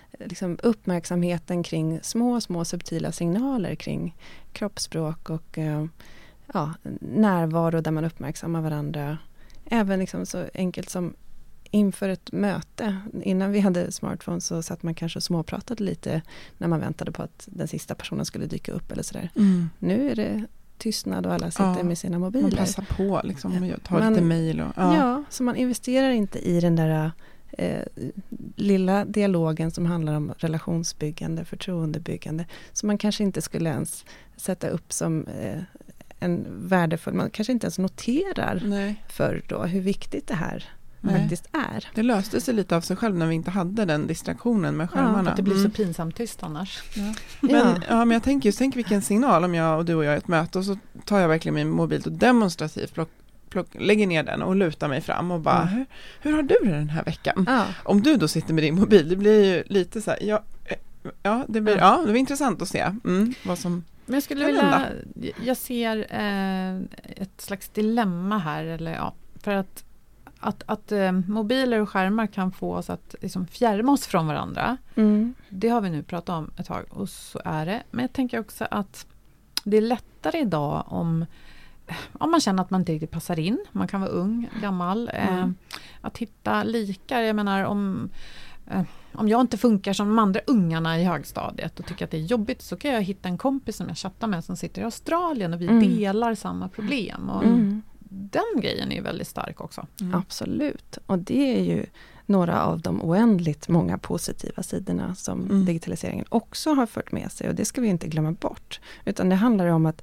liksom uppmärksamheten kring små, små subtila signaler kring kroppsspråk och eh, ja, närvaro där man uppmärksammar varandra. Även liksom så enkelt som inför ett möte. Innan vi hade smartphone så satt man kanske och småpratade lite när man väntade på att den sista personen skulle dyka upp eller sådär. Mm. Nu är det tystnad och alla sitter ja, med sina mobiler. Man passar på liksom, och tar man, lite mejl. Och, ja. ja, så man investerar inte i den där eh, lilla dialogen som handlar om relationsbyggande, förtroendebyggande. Som man kanske inte skulle ens sätta upp som eh, en värdefull, man kanske inte ens noterar Nej. för då hur viktigt det här Nej. faktiskt är. Det löste sig lite av sig själv när vi inte hade den distraktionen med skärmarna. Ja, att det blir så pinsamt tyst annars. Ja. Men, ja. Ja, men jag tänker just, tänk vilken signal om jag och du och jag är ett möte och så tar jag verkligen min mobil och demonstrativt plock, plock, lägger ner den och lutar mig fram och bara, mm. hur, hur har du det den här veckan? Ja. Om du då sitter med din mobil, det blir ju lite så här, ja, ja, det blir, ja. ja, det blir intressant att se mm, vad som Men jag skulle vilja, jag ser eh, ett slags dilemma här, eller ja, för att Att, att eh, mobiler och skärmar kan få oss att liksom, fjärma oss från varandra. Mm. Det har vi nu pratat om ett tag och så är det. Men jag tänker också att det är lättare idag om, om man känner att man inte riktigt passar in. Man kan vara ung, gammal. Mm. Eh, att hitta likar. Jag menar om, eh, om jag inte funkar som de andra ungarna i högstadiet och tycker att det är jobbigt så kan jag hitta en kompis som jag chattar med som sitter i Australien och vi mm. delar samma problem. Och, mm. Den grejen är ju väldigt stark också. Mm. Absolut. Och det är ju några av de oändligt många positiva sidorna som mm. digitaliseringen också har fört med sig. Och det ska vi inte glömma bort. Utan det handlar om att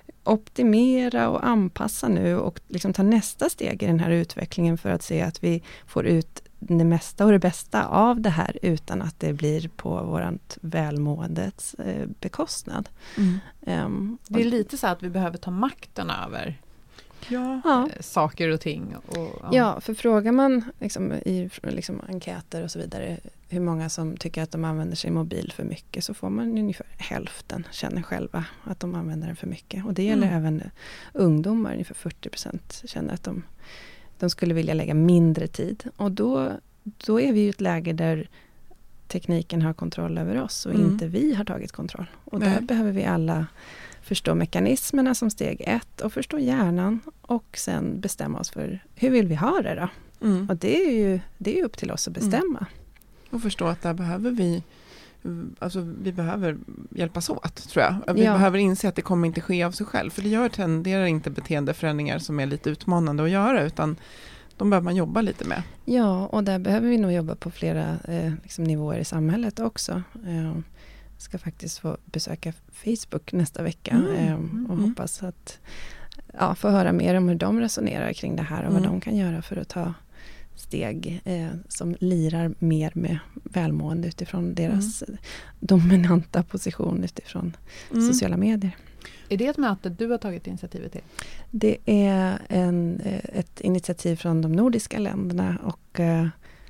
optimera och anpassa nu och liksom ta nästa steg i den här utvecklingen för att se att vi får ut det mesta och det bästa av det här utan att det blir på vårt välmåendets eh, bekostnad. Mm. Um, det är lite så att vi behöver ta makten över Ja. Ja. saker och ting. Och, ja. ja, för frågar man liksom, i liksom, enkäter och så vidare hur många som tycker att de använder sin mobil för mycket så får man ungefär hälften känner själva att de använder den för mycket. Och det gäller mm. även ungdomar, ungefär fyrtio procent känner att de, de skulle vilja lägga mindre tid. Och då, då är vi i ett läge där tekniken har kontroll över oss och mm. inte vi har tagit kontroll. Och Nej. där behöver vi alla förstå mekanismerna som steg ett och förstå hjärnan och sen bestämma oss för hur vill vi ha det då? Mm. Och det är ju det är upp till oss att bestämma. Mm. Och förstå att där behöver vi alltså vi behöver hjälpas åt tror jag. Vi ja. behöver inse att det kommer inte ske av sig själv för det gör tenderar inte beteendeförändringar som är lite utmanande att göra utan de behöver man jobba lite med. Ja, och där behöver vi nog jobba på flera eh, liksom nivåer i samhället också. Eh, ska faktiskt få besöka Facebook nästa vecka mm. eh, och mm. hoppas att ja, få höra mer om hur de resonerar kring det här och mm. vad de kan göra för att ta steg eh, som lirar mer med välmående utifrån deras mm. dominanta position utifrån mm. sociala medier. Är det ett möte du har tagit initiativet till? Det är en, ett initiativ från de nordiska länderna och eh,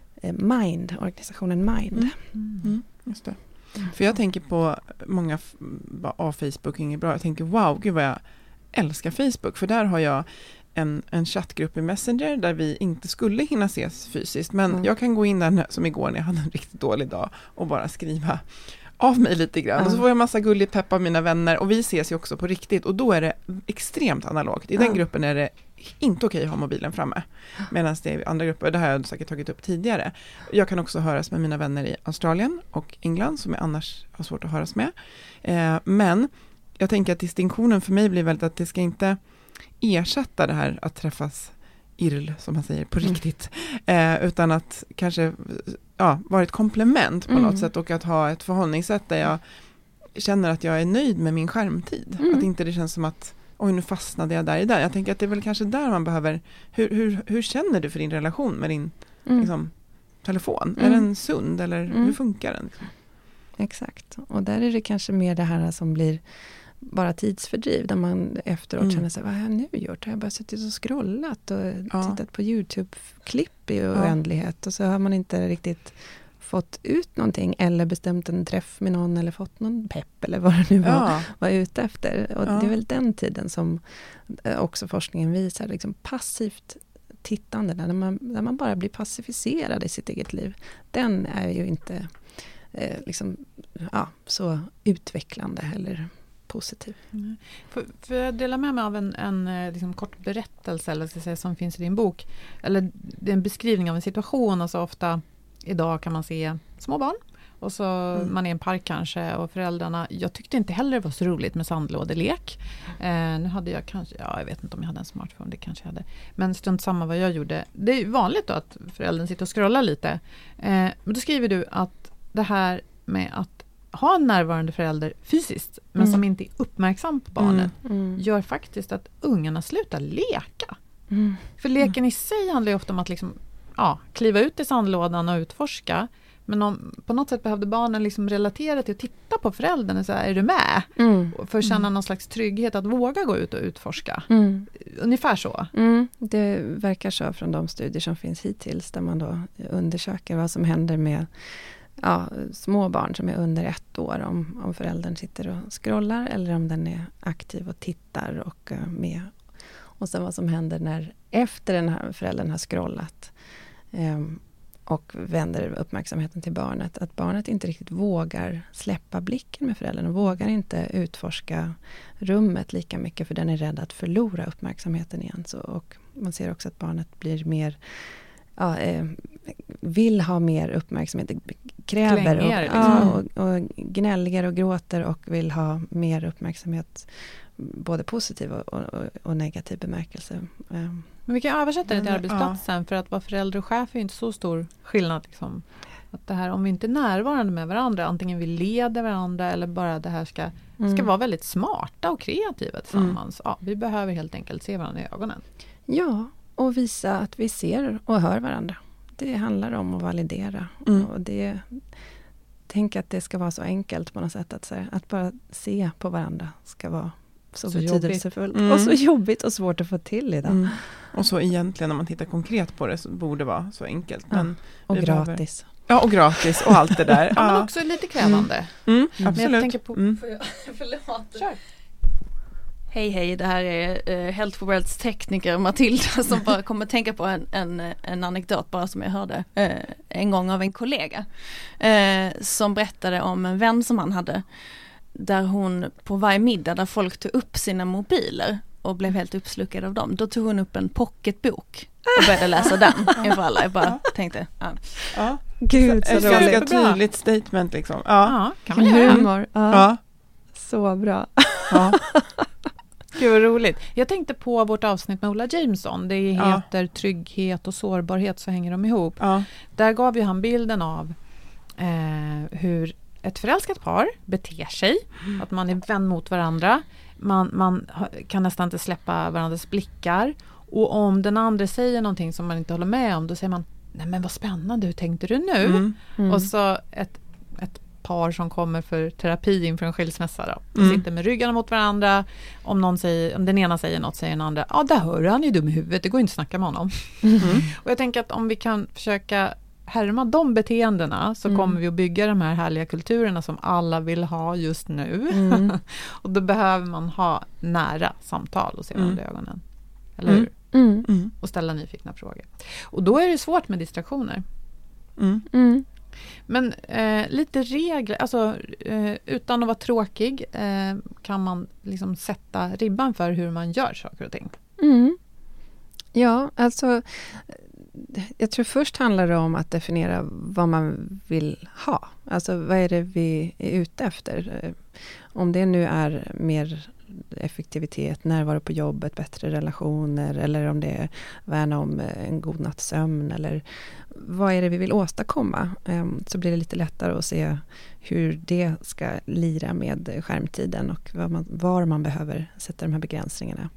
Mind, organisationen Mind. Mm. Mm. Just det. För jag tänker på många av Facebook inget bra. Jag tänker wow, gud vad jag älskar Facebook. För där har jag en, en chattgrupp i Messenger där vi inte skulle hinna ses fysiskt. Men mm. jag kan gå in där som igår när jag hade en riktigt dålig dag och bara skriva av mig lite grann. Mm. Och så får jag massa gullig pepp av mina vänner och vi ses ju också på riktigt. Och då är det extremt analogt. I mm. den gruppen är det inte okej att ha mobilen framme. Medan det är andra grupper, det här har jag säkert tagit upp tidigare. Jag kan också höras med mina vänner i Australien och England som jag annars har svårt att höras med. Eh, men jag tänker att distinktionen för mig blir väldigt att det ska inte ersätta det här att träffas irl, som man säger, på riktigt. Mm. Eh, utan att kanske ja, vara ett komplement på mm. något sätt och att ha ett förhållningssätt där jag känner att jag är nöjd med min skärmtid. Mm. Att inte det känns som att oj, nu fastnade jag där i där. Jag tänker att det är väl kanske där man behöver hur, hur, hur känner du för din relation med din mm. liksom, telefon? Mm. Är den sund eller mm. hur funkar den? Liksom? Exakt. Och där är det kanske mer det här som blir bara tidsfördriv där man efteråt mm. känner sig, vad har jag nu gjort? Har jag bara suttit och scrollat och ja. tittat på YouTube-klipp i oändlighet ja. och så har man inte riktigt fått ut någonting eller bestämt en träff med någon eller fått någon pepp eller vad det nu var, ja. var ute efter. Och ja. det är väl den tiden som också forskningen visar, liksom passivt tittande, när man, när man bara blir passiviserad i sitt eget liv. Den är ju inte eh, liksom, ja, så utvecklande eller positiv. Mm. För, för jag delar med mig av en, en liksom, kort berättelse eller ska jag säga, som finns i din bok. Eller det är en beskrivning av en situation. Alltså ofta idag kan man se små barn. Och så mm. man är i en park kanske och föräldrarna, jag tyckte inte heller det var så roligt med sandlådelek. Eh, nu hade jag kanske, ja jag vet inte om jag hade en smartphone, det kanske jag hade. Men strunt samma vad jag gjorde. Det är vanligt då att föräldern sitter och scrollar lite. Eh, men då skriver du att det här med att ha en närvarande förälder fysiskt, men mm. som inte är uppmärksam på barnet, mm. Mm. gör faktiskt att ungarna slutar leka. Mm. För leken mm. i sig handlar ju ofta om att liksom, ja, kliva ut i sandlådan och utforska. Men om på något sätt behövde barnen liksom relatera till att titta på föräldern och säga, är du med? Mm. För att känna mm. någon slags trygghet att våga gå ut och utforska. Mm. Ungefär så. Mm. Det verkar så från de studier som finns hittills, där man då undersöker vad som händer med ja, små barn som är under ett år, om, om föräldern sitter och scrollar eller om den är aktiv och tittar och uh, med. Och sen vad som händer när efter den här föräldern har scrollat um, och vänder uppmärksamheten till barnet. Att barnet inte riktigt vågar släppa blicken med föräldern och vågar inte utforska rummet lika mycket, för den är rädd att förlora uppmärksamheten igen. Så, och man ser också att barnet blir mer ja, eh, vill ha mer uppmärksamhet, kräver och, liksom. ja, och, och gnälliger och gråter och vill ha mer uppmärksamhet, både positiv och, och, och negativ bemärkelse. Men vi kan översätta det till arbetsplatsen, ja. För att vara förälder och chef är inte så stor skillnad. Liksom. Att det här, om vi inte är närvarande med varandra, antingen vi leder varandra eller bara det här ska, mm. ska vara väldigt smarta och kreativa tillsammans. Mm. Ja, vi behöver helt enkelt se varandra i ögonen. Ja, och visa att vi ser och hör varandra. Det handlar om att validera. Mm. Och det, tänk att det ska vara så enkelt på något sätt. Att, så här, att bara se på varandra ska vara så, så betydelsefullt. Mm. Och så jobbigt och svårt att få till idag. Mm. Och så egentligen när man tittar konkret på det så borde det vara så enkelt. Men ja. Och gratis. Behöver... Ja, och gratis och allt det där. Ja, men också lite krävande. Mm. Mm. Absolut. Men jag tänker på... Mm. Får jag, förlåt. Kör. Hej hej, det här är uh, Health for Worlds tekniker Matilda som bara kommer tänka på en, en, en anekdot bara som jag hörde uh, en gång av en kollega uh, som berättade om en vän som han hade, där hon på varje middag där folk tog upp sina mobiler och blev helt uppslukad av dem, då tog hon upp en pocketbok och började läsa den inför alla. Jag bara tänkte, ja. Ja. Gud, så, så ett ganska tydligt statement liksom. Ja, ja kan man göra. Humor. Ja. Ja. Så bra. Ja. Gud vad roligt. Jag tänkte på vårt avsnitt med Ola Jameson. Det heter ja. Trygghet och sårbarhet, så hänger de ihop. Ja. Där gav ju han bilden av eh, hur ett förälskat par beter sig. Mm. Att man är vän mot varandra. Man, man kan nästan inte släppa varandras blickar. Och om den andra säger någonting som man inte håller med om, då säger man, nej men vad spännande, hur tänkte du nu? Mm. Mm. Och så ett, ett par som kommer för terapi inför en skilsmässa då. De mm. sitter med ryggarna mot varandra. Om, någon säger, om den ena säger något, säger den andra, ja där hör han är ju dum i huvudet, det går inte att snacka med honom. Mm. Och jag tänker att om vi kan försöka härma de beteendena, så mm. kommer vi att bygga de här härliga kulturerna som alla vill ha just nu. Mm. Och då behöver man ha nära samtal och se varandra mm. i ögonen. Eller hur? Mm. Mm. Och ställa nyfikna frågor. Och då är det svårt med distraktioner. Mm. Mm. Men eh, lite regler, alltså eh, utan att vara tråkig eh, kan man liksom sätta ribban för hur man gör saker och ting. Mm. Ja, alltså jag tror först handlar det om att definiera vad man vill ha. Alltså vad är det vi är ute efter? Om det nu är mer effektivitet, närvaro på jobbet, bättre relationer, eller om det är värna om en god natts sömn, eller vad är det vi vill åstadkomma, så blir det lite lättare att se hur det ska lira med skärmtiden och var man, var man behöver sätta de här begränsningarna.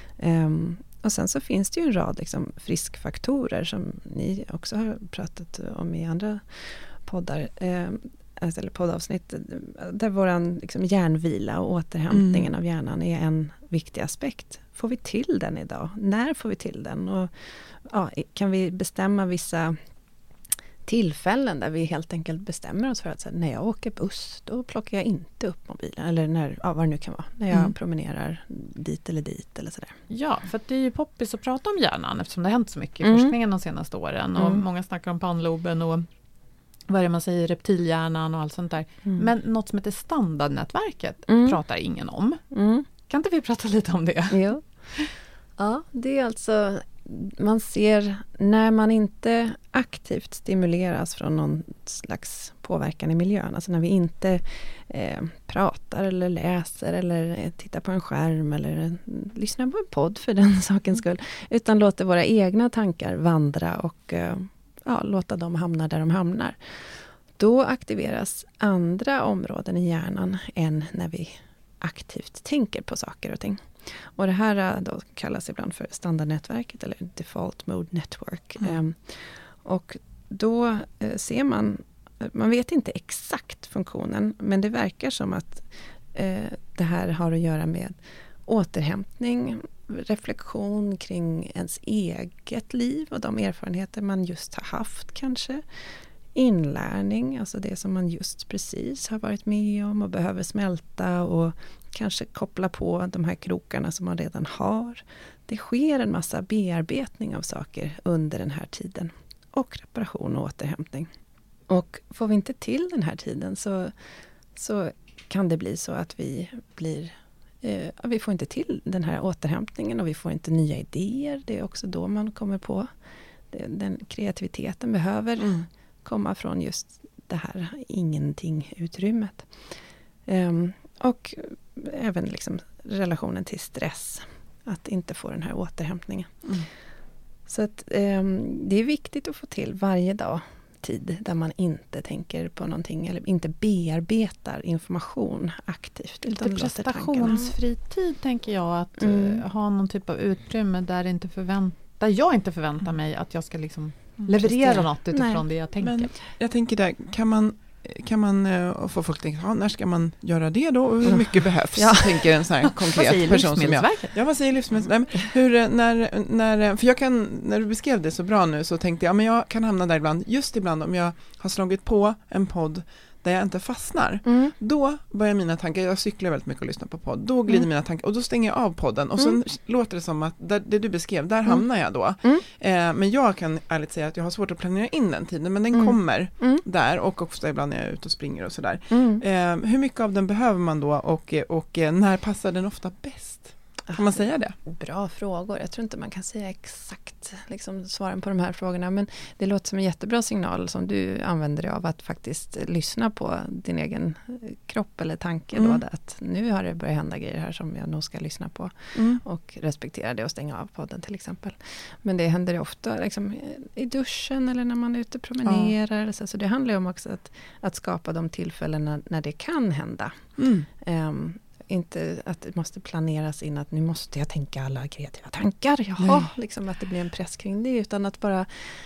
Och sen så finns det ju en rad liksom friskfaktorer som ni också har pratat om i andra poddar, eller poddavsnitt, där våran liksom hjärnvila och återhämtningen mm. av hjärnan är en viktig aspekt. Får vi till den idag? När får vi till den? Och ja, kan vi bestämma vissa tillfällen där vi helt enkelt bestämmer oss för att så här, när jag åker buss, då plockar jag inte upp mobilen, eller när, ja, vad det nu kan vara, när jag mm. promenerar dit eller dit eller sådär. Ja, för att det är ju poppis att prata om hjärnan eftersom det har hänt så mycket i mm. forskningen de senaste åren och mm. många snackar om pannloben och vad är det man säger, reptilhjärnan och allt sånt där. Mm. Men något som heter standardnätverket mm. pratar ingen om. Mm. Kan inte vi prata lite om det? Jo. Ja, det är alltså, man ser när man inte aktivt stimuleras från någon slags påverkan i miljön. Alltså när vi inte eh, pratar eller läser eller tittar på en skärm eller lyssnar på en podd för den sakens skull. Utan låter våra egna tankar vandra och eh, ja, låta dem hamna där de hamnar. Då aktiveras andra områden i hjärnan än när vi aktivt tänker på saker och ting. Och det här då kallas ibland för standardnätverket eller default mode network. Mm. Um, och då uh, ser man, man vet inte exakt funktionen, men det verkar som att uh, det här har att göra med återhämtning, reflektion kring ens eget liv och de erfarenheter man just har haft kanske. Inlärning, alltså det som man just precis har varit med om och behöver smälta och kanske koppla på de här krokarna som man redan har. Det sker en massa bearbetning av saker under den här tiden. Och reparation och återhämtning. Och får vi inte till den här tiden så, så kan det bli så att vi blir... Eh, vi får inte till den här återhämtningen och vi får inte nya idéer. Det är också då man kommer på det, den kreativiteten behöver... Mm. komma från just det här ingenting-utrymmet. Um, och även liksom relationen till stress. Att inte få den här återhämtningen. Mm. Så att um, det är viktigt att få till varje dag tid där man inte tänker på någonting eller inte bearbetar information aktivt. Lite prestationsfri tid tänker jag att mm. uh, ha någon typ av utrymme där, inte förvänt- där jag inte förväntar mig att jag ska liksom leverera Prestera. något utifrån Nej. det jag tänker. Men jag tänker där, kan man, kan man uh, få folk att tänka, ja, när ska man göra det då? Och hur mycket behövs? Ja. Tänker en sån här konkret person som jag. Ja, vad säger livsmedelsverket? Hur, när, när, för jag kan, när du beskrev det så bra nu så tänkte jag, men jag kan hamna där ibland, just ibland om jag har slagit på en podd där jag inte fastnar. Mm. Då börjar mina tankar, jag cyklar väldigt mycket och lyssnar på podd, då glider mm. mina tankar och då stänger jag av podden och mm. så låter det som att där, det du beskrev, där mm. hamnar jag då. Mm. Eh, men jag kan ärligt säga att jag har svårt att planera in den tiden, men den mm. kommer mm. där och också ibland när jag är ute och springer och sådär. Mm. Eh, hur mycket av den behöver man då och, och när passar den ofta bäst? Kan man säga det? Bra frågor. Jag tror inte man kan säga exakt liksom, svaren på de här frågorna. Men det låter som en jättebra signal som du använder dig av att faktiskt lyssna på din egen kropp eller tanke. Mm. Då, att nu har det börjat hända grejer här som jag nog ska lyssna på. Mm. Och respektera det och stänga av podden till exempel. Men det händer ofta liksom, i duschen eller när man är ute och promenerar. Ja. Så, så det handlar ju om också att, att skapa de tillfällena när det kan hända. Mm. Um, Inte att det måste planeras in att nu måste jag tänka alla kreativa tankar. Jaha, liksom att det blir en press kring det. Utan att bara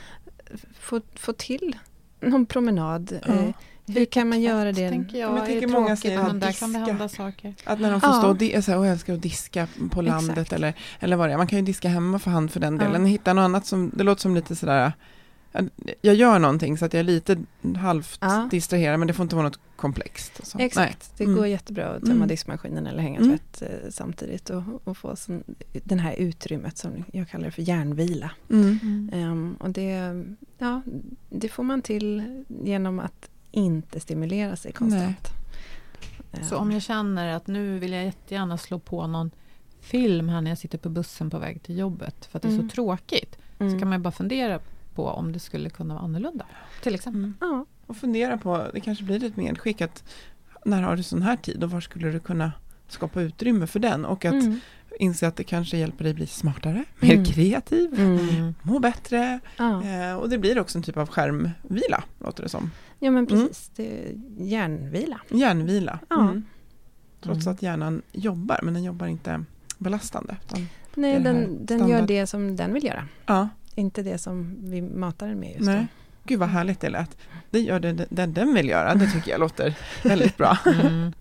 få, få till någon promenad. Ja. Eh, hur kan man göra det? Tänker jag, jag tänker många säger att där kan det hända saker. Att när de får stå och di- så här, jag älskar att diska på landet eller, eller vad det är. Man kan ju diska hemma för hand för den delen. Ja. Hitta något annat som, det låter som lite sådär... Jag gör någonting så att jag är lite halvt ja. distraherad, men det får inte vara något komplext. Så. Exakt, Nej. det mm. går jättebra att tömma mm. diskmaskinen eller hänga mm. tvätt eh, samtidigt och, och få sån, den här utrymmet som jag kallar det för hjärnvila. Mm. Mm. Um, och det, ja, det får man till genom att inte stimulera sig konstant. Um. Så om jag känner att nu vill jag jättegärna slå på någon film här när jag sitter på bussen på väg till jobbet för att det är mm. så tråkigt, mm. så kan man ju bara fundera på om det skulle kunna vara annorlunda, till exempel. Mm. Ja, och fundera på, det kanske blir ett medskick att när har du sån här tid och var skulle du kunna skapa utrymme för den och att mm. inse att det kanske hjälper dig bli smartare, mer mm. kreativ, mm. må bättre ja. eh, och det blir också en typ av skärmvila, låter det som. Ja men precis, mm. det är hjärnvila. Hjärnvila, ja. mm. Trots att hjärnan jobbar, men den jobbar inte belastande. Nej, den, den gör det som den vill göra. Ja. Inte det som vi matar den med just Nej. då. Gud vad härligt det lät. Det gör det, det, det den vill göra. Det tycker jag låter väldigt bra. Mm.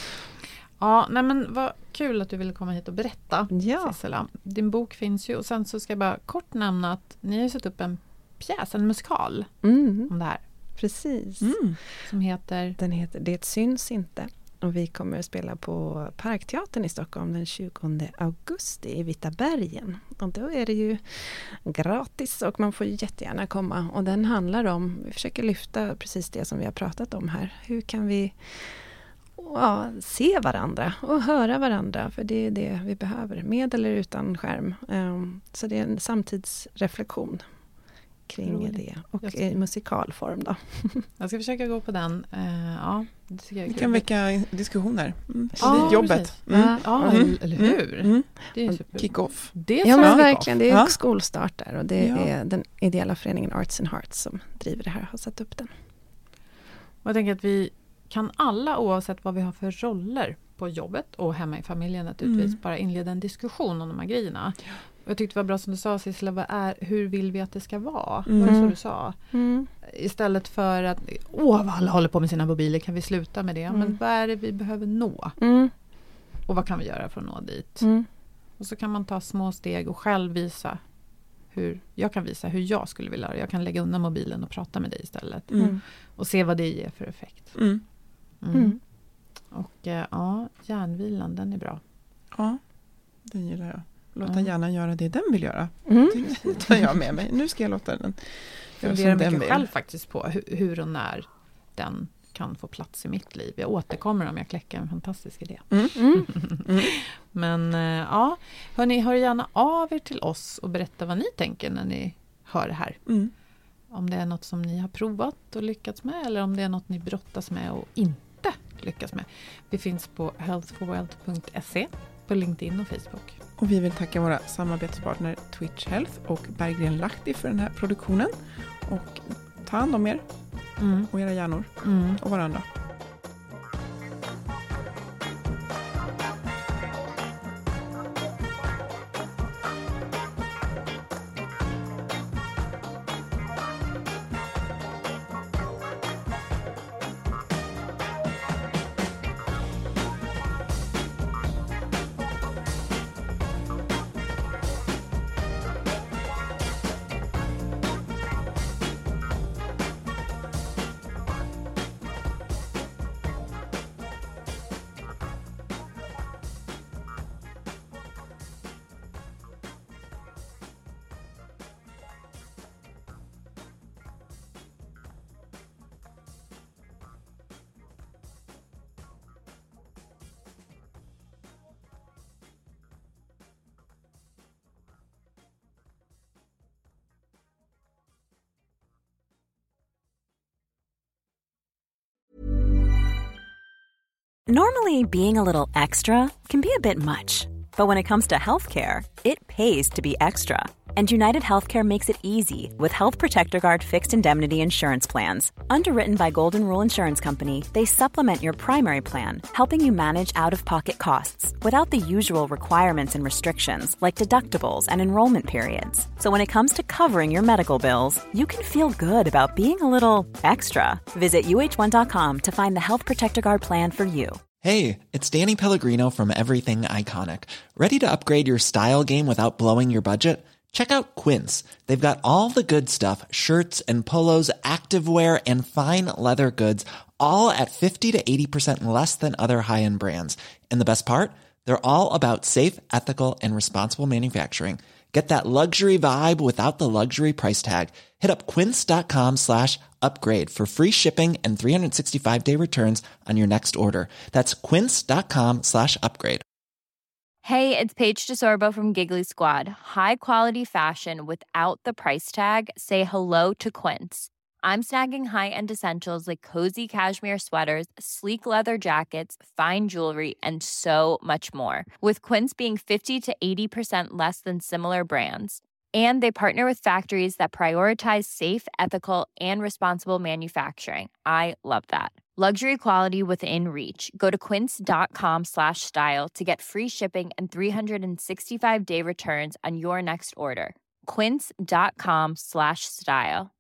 Ja, nej men vad kul att du ville komma hit och berätta, ja. Sissela. Din bok finns ju och sen så ska jag bara kort nämna att ni har satt upp en pjäs, en musikal mm. om det här. Precis. Mm. Som heter? Den heter Det syns inte. Och vi kommer att spela på Parkteatern i Stockholm den tjugonde augusti i Vita bergen. Och då är det ju gratis och man får jättegärna komma. Och den handlar om, vi försöker lyfta precis det som vi har pratat om här. Hur kan vi ja, se varandra och höra varandra? För det är det vi behöver, med eller utan skärm. Um, så det är en samtidsreflektion kring Roligt. det. Och ska... i musikalform då. Jag ska försöka gå på den. Uh, ja, det tycker jag är Vi kul. kan väcka diskussioner. Mm. Ja, det är jobbet. Mm. Ja, Mm. eller hur? Mm. Det är super. Kick-off. Det är ja, men kick-off. verkligen. Det är Ja. skolstart där. Och det Ja. är den ideella föreningen Arts and Hearts som driver det här och har satt upp den. Och jag tänker att vi kan alla, oavsett vad vi har för roller på jobbet och hemma i familjen naturligtvis, Mm. bara inleda en diskussion om de här grejerna. Och jag tyckte det var bra som du sa, Sissela, vad är, hur vill vi att det ska vara? Mm. Var det så du sa? Mm. Istället för att, åh vad alla håller på med sina mobiler, kan vi sluta med det? Mm. Men vad är det vi behöver nå? Mm. Och vad kan vi göra för att nå dit? Mm. Och så kan man ta små steg och själv visa hur, jag kan visa hur jag skulle vilja göra. Jag kan lägga undan mobilen och prata med dig istället. Mm. Och se vad det ger för effekt. Mm. Mm. Mm. Och eh, ja, hjärnvilan, den är bra. Ja, den gillar jag. Låta Mm. hjärnan göra det den vill göra. Mm. Det tar jag med mig. Nu ska jag låta den göra Jag funderar som den mycket vill. själv faktiskt på hur, hur och när den kan få plats i mitt liv. Jag återkommer om jag kläcker en fantastisk idé. Mm. Mm. Mm. Men eh, ja, hörni, hör gärna av er till oss och berätta vad ni tänker när ni hör det här. Mm. Om det är något som ni har provat och lyckats med, eller om det är något ni brottas med och inte lyckas med. Vi finns på health for wealth punkt se, på LinkedIn och Facebook. Och vi vill tacka våra samarbetspartner Twitch Health och Berggren Lahti för den här produktionen. Och ta hand om er Mm. och era hjärnor Mm. och varandra. Normally, being a little extra can be a bit much, but when it comes to healthcare, it pays to be extra. And United Healthcare makes it easy with Health Protector Guard fixed indemnity insurance plans. Underwritten by Golden Rule Insurance Company, they supplement your primary plan, helping you manage out-of-pocket costs without the usual requirements and restrictions like deductibles and enrollment periods. So when it comes to covering your medical bills, you can feel good about being a little extra. Visit U H one dot com to find the Health Protector Guard plan for you. Hey, it's Danny Pellegrino from Everything Iconic. Ready to upgrade your style game without blowing your budget? Check out Quince. They've got all the good stuff, shirts and polos, activewear, and fine leather goods, all at fifty to eighty percent less than other high-end brands. And the best part? They're all about safe, ethical, and responsible manufacturing. Get that luxury vibe without the luxury price tag. Hit up quince.com slash upgrade for free shipping and three sixty-five day returns on your next order. That's quince.com slash upgrade. Hey, it's Paige DeSorbo from Giggly Squad. High quality fashion without the price tag. Say hello to Quince. I'm snagging high-end essentials like cozy cashmere sweaters, sleek leather jackets, fine jewelry, and so much more. With Quince being fifty to eighty percent less than similar brands. And they partner with factories that prioritize safe, ethical, and responsible manufacturing. I love that. Luxury quality within reach. Go to quince.com slash style to get free shipping and three sixty-five day returns on your next order. Quince.com slash style.